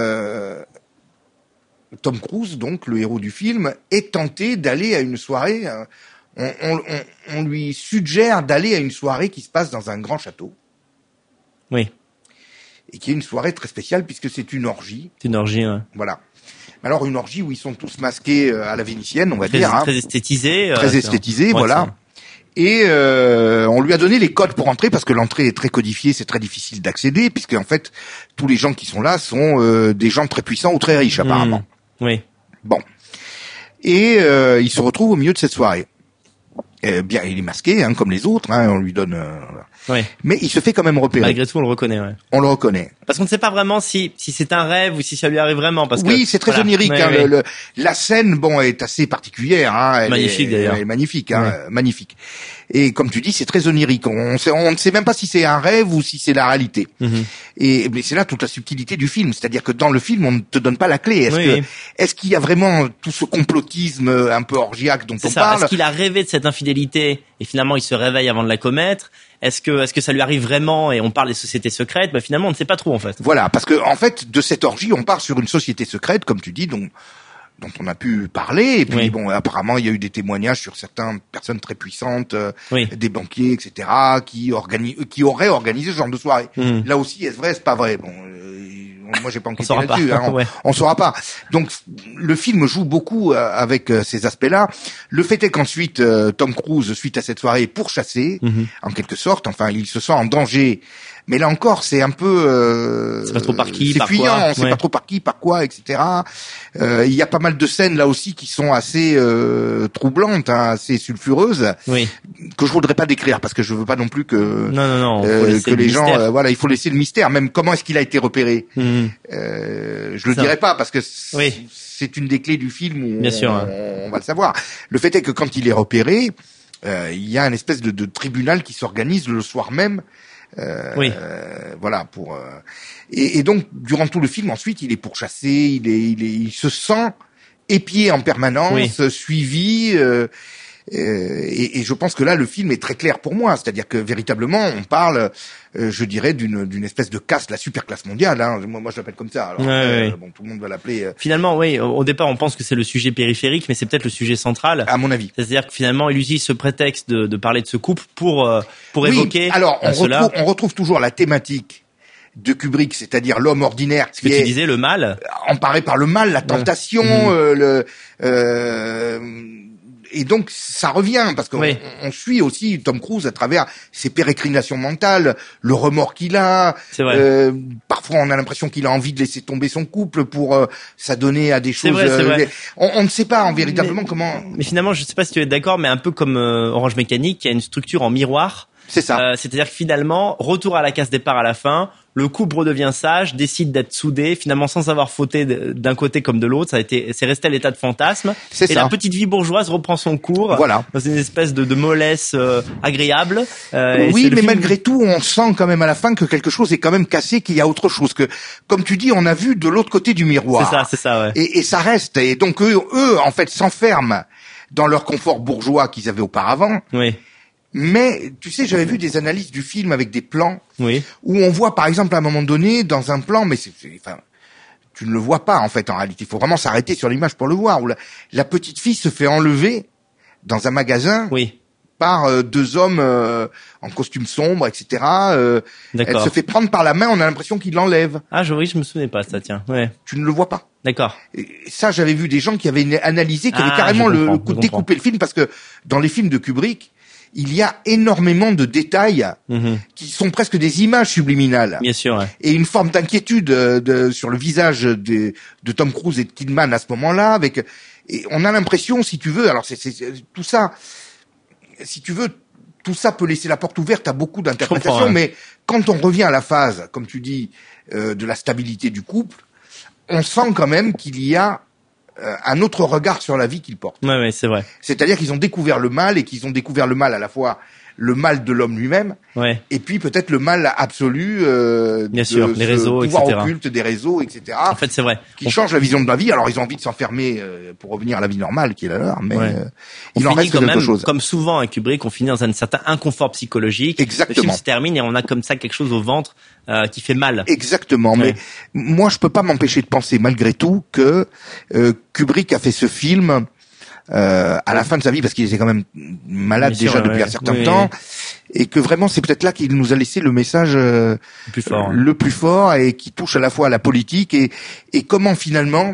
Tom Cruise, donc le héros du film, est tenté d'aller à une soirée. On lui suggère d'aller à une soirée qui se passe dans un grand château. Et qui est une soirée très spéciale puisque c'est une orgie. C'est une orgie, Voilà. Alors une orgie où ils sont tous masqués à la vénitienne, on va dire. Très esthétisé. Très esthétisé, voilà. Et on lui a donné les codes pour entrer parce que l'entrée est très codifiée, c'est très difficile d'accéder puisque en fait tous les gens qui sont là sont des gens très puissants ou très riches apparemment. Bon. Et il se retrouve au milieu de cette soirée. Bien, il est masqué, hein, comme les autres. Hein, on lui donne. Ouais. Mais il se fait quand même repérer. Malgré tout, on le reconnaît. Ouais. On le reconnaît. Parce qu'on ne sait pas vraiment si c'est un rêve ou si ça lui arrive vraiment. Parce oui, que, c'est très onirique. Ouais, hein, ouais. La scène, bon, est assez particulière. Hein, Magnifique d'ailleurs. Elle est magnifique, hein, magnifique. Et comme tu dis, c'est très onirique. On ne sait même pas si c'est un rêve ou si c'est la réalité. Et mais c'est là toute la subtilité du film, c'est-à-dire que dans le film, on ne te donne pas la clé. Est-ce qu'il y a vraiment tout ce complotisme un peu orgiaque dont on parle? Est-ce qu'il a rêvé de cette infidélité et finalement il se réveille avant de la commettre? Est-ce que ça lui arrive vraiment et on parle des sociétés secrètes? Bah finalement, on ne sait pas trop en fait. Voilà, parce que en fait, de cette orgie, on part sur une société secrète, comme tu dis, dont on a pu parler, et puis bon, apparemment il y a eu des témoignages sur certaines personnes très puissantes, des banquiers, etc., qui auraient organisé ce genre de soirée. Là aussi, est-ce vrai, c'est pas vrai? Bon, moi j'ai pas enquêté là-dessus, hein, on saura pas. Donc le film joue beaucoup avec ces aspects-là. Le fait est qu'ensuite Tom Cruise, suite à cette soirée, est pourchassé, en quelque sorte. Enfin, il se sent en danger. Mais là encore, c'est un peu, c'est pas trop par qui, c'est par fuyant, quoi, on sait pas trop par qui, par quoi, etc. Il y a pas mal de scènes là aussi qui sont assez troublantes, hein, assez sulfureuses, que je voudrais pas décrire parce que je veux pas non plus que que les gens, voilà, il faut laisser le mystère. Même comment est-ce qu'il a été repéré, je le dirai pas parce que c'est une des clés du film où on va le savoir. Le fait est que quand il est repéré, il y a une espèce de tribunal qui s'organise le soir même. Voilà pour et donc durant tout le film ensuite il est pourchassé, il se sent épié en permanence, suivi et je pense que là le film est très clair pour moi, c'est-à-dire que véritablement on parle je dirais d'une espèce de caste, la super classe mondiale, hein. Moi je l'appelle comme ça. Alors, bon, tout le monde va l'appeler. Finalement, au départ, on pense que c'est le sujet périphérique, mais c'est peut-être le sujet central. À mon avis. C'est-à-dire que finalement, il utilise ce prétexte de parler de ce couple pour évoquer. Alors, on retrouve toujours la thématique de Kubrick, c'est-à-dire l'homme ordinaire. Ce que tu disais, le mal. Emparé par le mal, la tentation, et donc ça revient parce qu'on on suit aussi Tom Cruise à travers ses pérégrinations mentales, le remords qu'il a. C'est vrai. Parfois on a l'impression qu'il a envie de laisser tomber son couple pour s'adonner à des choses. C'est vrai. On ne sait pas véritablement comment. Mais finalement, je ne sais pas si tu es d'accord, mais un peu comme Orange Mécanique, qui a une structure en miroir. C'est ça. C'est-à-dire que finalement, retour à la case départ à la fin, le couple redevient sage, décide d'être soudé, finalement sans avoir fauté d'un côté comme de l'autre. C'est resté à l'état de fantasme. C'est ça. La petite vie bourgeoise reprend son cours. Voilà. Dans une espèce de mollesse agréable. Oui, mais malgré tout, on sent quand même à la fin que quelque chose est quand même cassé, qu'il y a autre chose. Que, comme tu dis, on a vu de l'autre côté du miroir. C'est ça, ouais. Et ça reste. Et donc eux, en fait, s'enferment dans leur confort bourgeois qu'ils avaient auparavant. Oui. Mais tu sais, j'avais vu des analyses du film avec des plans où on voit par exemple à un moment donné dans un plan, mais enfin, tu ne le vois pas en fait en réalité. Il faut vraiment s'arrêter sur l'image pour le voir. Où la petite fille se fait enlever dans un magasin par deux hommes en costume sombre, etc. Elle se fait prendre par la main. On a l'impression qu'il l'enlève. Ah, je me souvenais pas ça. Tiens, tu ne le vois pas. D'accord. Et ça, j'avais vu des gens qui avaient analysé, qui avaient carrément le coup de découper le film parce que dans les films de Kubrick, il y a énormément de détails qui sont presque des images subliminales. Bien sûr. Et une forme d'inquiétude sur le visage de Tom Cruise et de Kidman à ce moment-là. Et on a l'impression, si tu veux, alors c'est tout ça, si tu veux, tout ça peut laisser la porte ouverte à beaucoup d'interprétations. Mais quand on revient à la phase, comme tu dis, de la stabilité du couple, on sent quand même qu'il y a un autre regard sur la vie qu'ils portent. Ouais, c'est vrai. C'est-à-dire qu'ils ont découvert le mal et qu'ils ont découvert le mal à la fois le mal de l'homme lui-même, et puis peut-être le mal absolu bien sûr, les réseaux, pouvoir etc. occulte des réseaux, etc. En fait, c'est vrai. Qui change la vision de la vie. Alors, ils ont envie de s'enfermer pour revenir à la vie normale qui est la leur, mais il en reste quelque chose. Comme souvent à Kubrick, on finit dans un certain inconfort psychologique. Exactement. Le film se termine et on a comme ça quelque chose au ventre qui fait mal. Exactement. Mais moi, je peux pas m'empêcher de penser malgré tout que Kubrick a fait ce film à la fin de sa vie, parce qu'il était quand même malade déjà depuis un certain temps, et que vraiment c'est peut-être là qu'il nous a laissé le message le plus fort et qui touche à la fois à la politique et comment finalement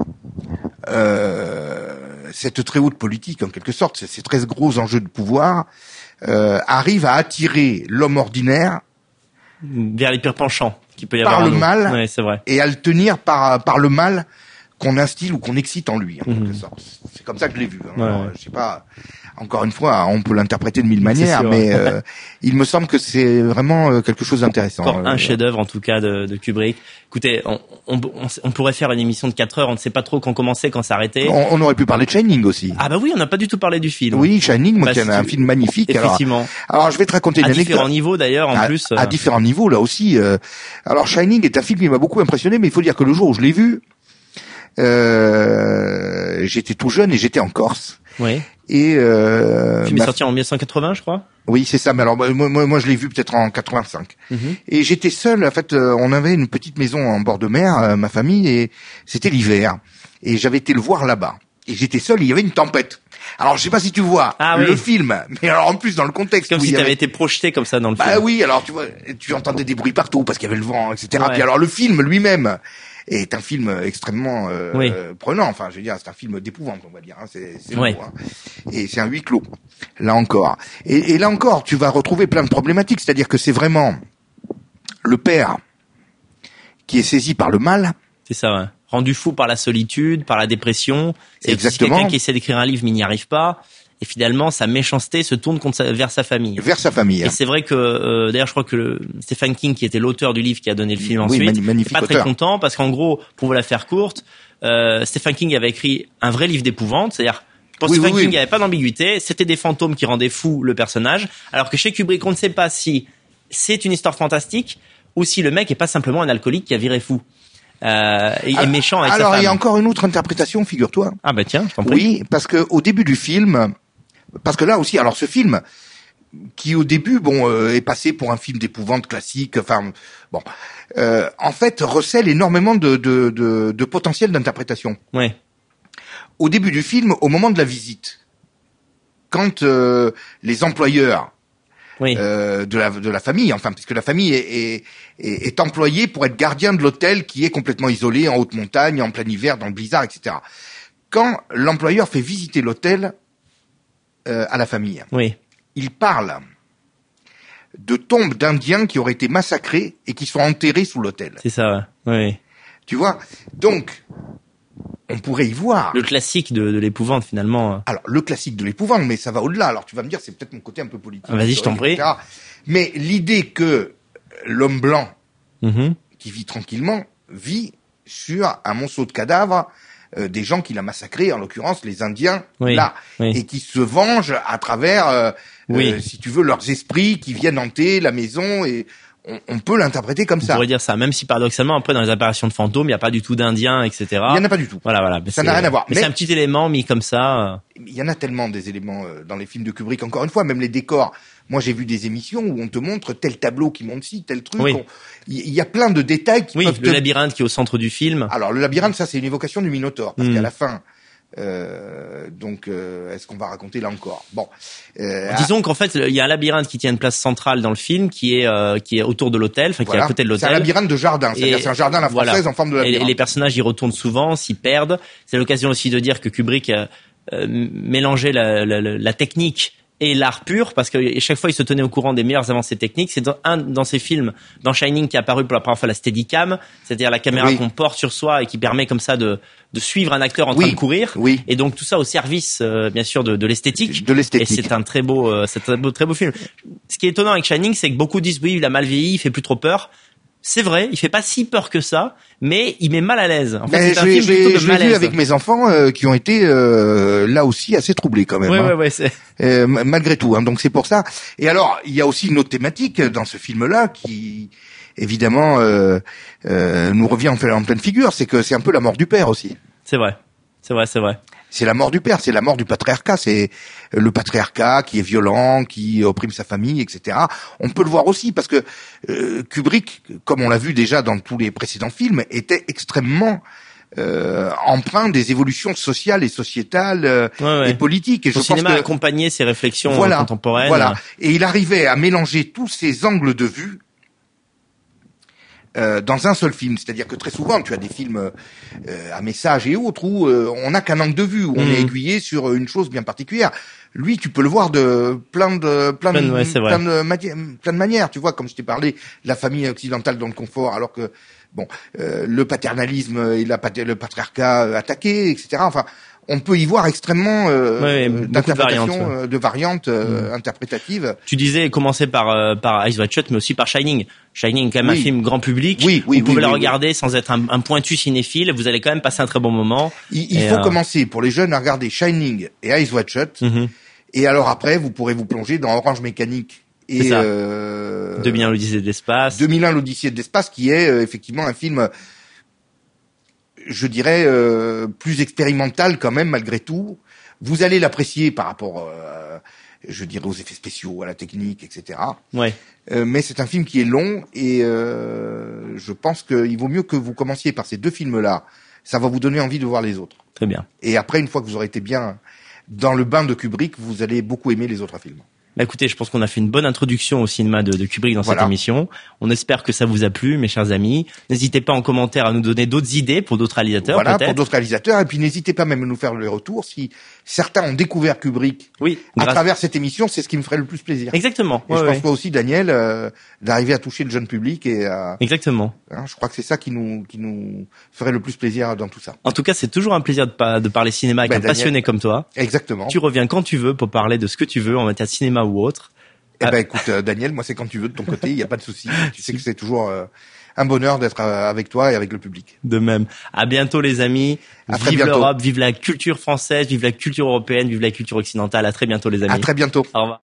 cette très haute politique en quelque sorte, ces très gros enjeux de pouvoir arrive à attirer l'homme ordinaire vers les pires penchants qu'il peut y par avoir le mal, c'est vrai. et à le tenir par le mal qu'on instille ou qu'on excite en lui. C'est comme ça que je l'ai vu. Alors, je sais pas. Encore une fois, on peut l'interpréter de mille manières, sûr, mais il me semble que c'est vraiment quelque chose d'intéressant. Encore un chef-d'œuvre en tout cas de Kubrick. Écoutez, on pourrait faire une émission de 4 heures. On ne sait pas trop quand commencer, quand s'arrêter. On aurait pu parler de Shining aussi. Ah bah oui, on n'a pas du tout parlé du film. Oui, Shining, moi, c'est un film magnifique. Effectivement. Alors, je vais te raconter une anecdote. À différents niveaux d'ailleurs, en plus. À différents niveaux là aussi. Alors, Shining est un film qui m'a beaucoup impressionné, mais il faut dire que le jour où je l'ai vu, j'étais tout jeune et j'étais en Corse. Oui. Et le film est sorti en 1980, je crois. Oui, c'est ça. Mais alors moi je l'ai vu peut-être en 85. Et j'étais seul. En fait, on avait une petite maison en bord de mer, ma famille, et c'était l'hiver. Et j'avais été le voir là-bas. Et j'étais seul. Et il y avait une tempête. Alors je sais pas si tu vois le film, mais alors en plus dans le contexte. Comme si tu avais été projeté comme ça dans le film. Bah oui. Alors tu vois, tu entendais des bruits partout parce qu'il y avait le vent, etc. Puis alors le film lui-même est un film extrêmement prenant. Enfin, je veux dire, c'est un film d'épouvante, on va dire. Hein. C'est beau, hein. Et c'est un huis clos. Là encore. Et là encore, tu vas retrouver plein de problématiques. C'est-à-dire que c'est vraiment le père qui est saisi par le mal. C'est ça, ouais. Rendu fou par la solitude, par la dépression. C'est exactement. Quelqu'un qui essaie d'écrire un livre mais il n'y arrive pas. Et finalement, sa méchanceté se tourne vers sa famille. Vers sa famille. Et c'est vrai que, d'ailleurs, je crois que Stephen King, qui était l'auteur du livre qui a donné le film ensuite, n'est pas très content parce qu'en gros, pour vous la faire courte, Stephen King avait écrit un vrai livre d'épouvante, c'est-à-dire pour Stephen King, il n'y avait pas d'ambiguïté, c'était des fantômes qui rendaient fou le personnage, alors que chez Kubrick, on ne sait pas si c'est une histoire fantastique ou si le mec est pas simplement un alcoolique qui a viré fou. Et méchant avec sa femme. Alors, il y a encore une autre interprétation, figure-toi. Ah bah tiens, je t'en prie. Oui, parce que au début du film, parce que là aussi, alors ce film, qui au début, est passé pour un film d'épouvante classique, enfin, en fait, recèle énormément de potentiel d'interprétation. Ouais. Au début du film, au moment de la visite, quand les employeurs de la famille, enfin, puisque la famille est employée pour être gardien de l'hôtel qui est complètement isolé en haute montagne, en plein hiver, dans le blizzard, etc. Quand l'employeur fait visiter l'hôtel à la famille, il parle de tombes d'Indiens qui auraient été massacrés et qui sont enterrés sous l'hôtel. C'est ça, oui. Tu vois, donc on pourrait y voir le classique de l'épouvante finalement. Alors le classique de l'épouvante, mais ça va au-delà. Alors tu vas me dire, c'est peut-être mon côté un peu politique. Vas-y, je t'en prie. Mais l'idée que l'homme blanc qui vit tranquillement vit sur un monceau de cadavres des gens qu'il a massacrés, en l'occurrence les Indiens et qui se vengent à travers, si tu veux, leurs esprits qui viennent hanter la maison et on peut l'interpréter comme ça. On pourrait dire ça, même si paradoxalement, après, dans les apparitions de fantômes, il n'y a pas du tout d'Indiens, etc. Il n'y en a pas du tout. Voilà. Ça n'a rien à voir. Mais c'est un petit élément mis comme ça. Il y en a tellement des éléments dans les films de Kubrick. Encore une fois, même les décors. Moi, j'ai vu des émissions où on te montre tel tableau qui monte ci, tel truc. Il y a plein de détails qui peuvent le labyrinthe qui est au centre du film. Alors, le labyrinthe, ça, c'est une évocation du Minotaure. Parce qu'à la fin, est-ce qu'on va raconter là encore? Disons qu'en fait, il y a un labyrinthe qui tient une place centrale dans le film, qui est autour de l'hôtel, enfin qui est à côté de l'hôtel. C'est un labyrinthe de jardin, c'est un jardin à la française en forme de labyrinthe. Et les personnages y retournent souvent, s'y perdent. C'est l'occasion aussi de dire que Kubrick mélangeait la technique et l'art pur, parce que chaque fois il se tenait au courant des meilleures avancées techniques. C'est dans ses films, dans Shining, qui est apparu pour la première fois la Steadicam, c'est-à-dire la caméra qu'on porte sur soi et qui permet comme ça de suivre un acteur en train de courir. Et donc tout ça au service, bien sûr, de l'esthétique. Et c'est un très beau film. Ce qui est étonnant avec Shining, c'est que beaucoup disent oui, il a mal vieilli, il fait plus trop peur. C'est vrai, il fait pas si peur que ça, mais il met mal à l'aise. En fait, c'est un film plutôt de malaise. Je l'ai vu avec mes enfants qui ont été là aussi assez troublés quand même. Malgré tout, hein, donc c'est pour ça. Et alors, il y a aussi une autre thématique dans ce film-là qui, évidemment, nous revient en pleine figure, c'est que c'est un peu la mort du père aussi. C'est vrai. C'est la mort du père, c'est la mort du patriarcat, c'est le patriarcat qui est violent, qui opprime sa famille, etc. On peut le voir aussi parce que Kubrick, comme on l'a vu déjà dans tous les précédents films, était extrêmement empreint des évolutions sociales et sociétales et politiques. Et son cinéma accompagnait ces réflexions contemporaines. Voilà, et il arrivait à mélanger tous ces angles de vue dans un seul film, c'est-à-dire que très souvent tu as des films à message et autres où on n'a qu'un angle de vue, où on est aiguillé sur une chose bien particulière. Lui, tu peux le voir de plein de manières. Tu vois, comme je t'ai parlé, la famille occidentale dans le confort, alors que Bon, le paternalisme et le patriarcat attaqué, etc. Enfin, on peut y voir extrêmement d'interprétations, de variantes interprétatives. Tu disais commencer par Eyes Wide Shut, mais aussi par Shining. Shining, quand même un film grand public. Vous pouvez le regarder sans être un pointu cinéphile. Vous allez quand même passer un très bon moment. Il faut commencer pour les jeunes à regarder Shining et Eyes Wide Shut. Et alors après, vous pourrez vous plonger dans Orange Mécanique et 2001 l'Odyssée de l'espace. 2001 l'Odyssée de l'espace, qui est effectivement un film, je dirais, plus expérimental quand même malgré tout. Vous allez l'apprécier par rapport, je dirais, aux effets spéciaux, à la technique, etc. Mais c'est un film qui est long et je pense qu'il vaut mieux que vous commenciez par ces deux films-là. Ça va vous donner envie de voir les autres. Très bien. Et après, une fois que vous aurez été bien dans le bain de Kubrick, vous allez beaucoup aimer les autres films. Bah écoutez, je pense qu'on a fait une bonne introduction au cinéma de Kubrick dans cette émission. On espère que ça vous a plu, mes chers amis. N'hésitez pas en commentaire à nous donner d'autres idées pour d'autres réalisateurs. Voilà, pour d'autres réalisateurs. Et puis n'hésitez pas même à nous faire le retour. Si certains ont découvert Kubrick à travers cette émission, c'est ce qui me ferait le plus plaisir. Exactement. Et je pense toi aussi, Daniel, d'arriver à toucher le jeune public et Exactement. Je crois que c'est ça qui nous ferait le plus plaisir dans tout ça. En tout cas, c'est toujours un plaisir de parler cinéma avec un Daniel, passionné comme toi. Exactement. Tu reviens quand tu veux pour parler de ce que tu veux en matière de cinéma ou autre. Eh ben écoute, Daniel, moi c'est quand tu veux de ton côté, il y a pas de souci. Tu sais que c'est toujours un bonheur d'être avec toi et avec le public. De même. À bientôt les amis. Vive l'Europe, vive la culture française, vive la culture européenne, vive la culture occidentale. À très bientôt les amis. À très bientôt. Au revoir.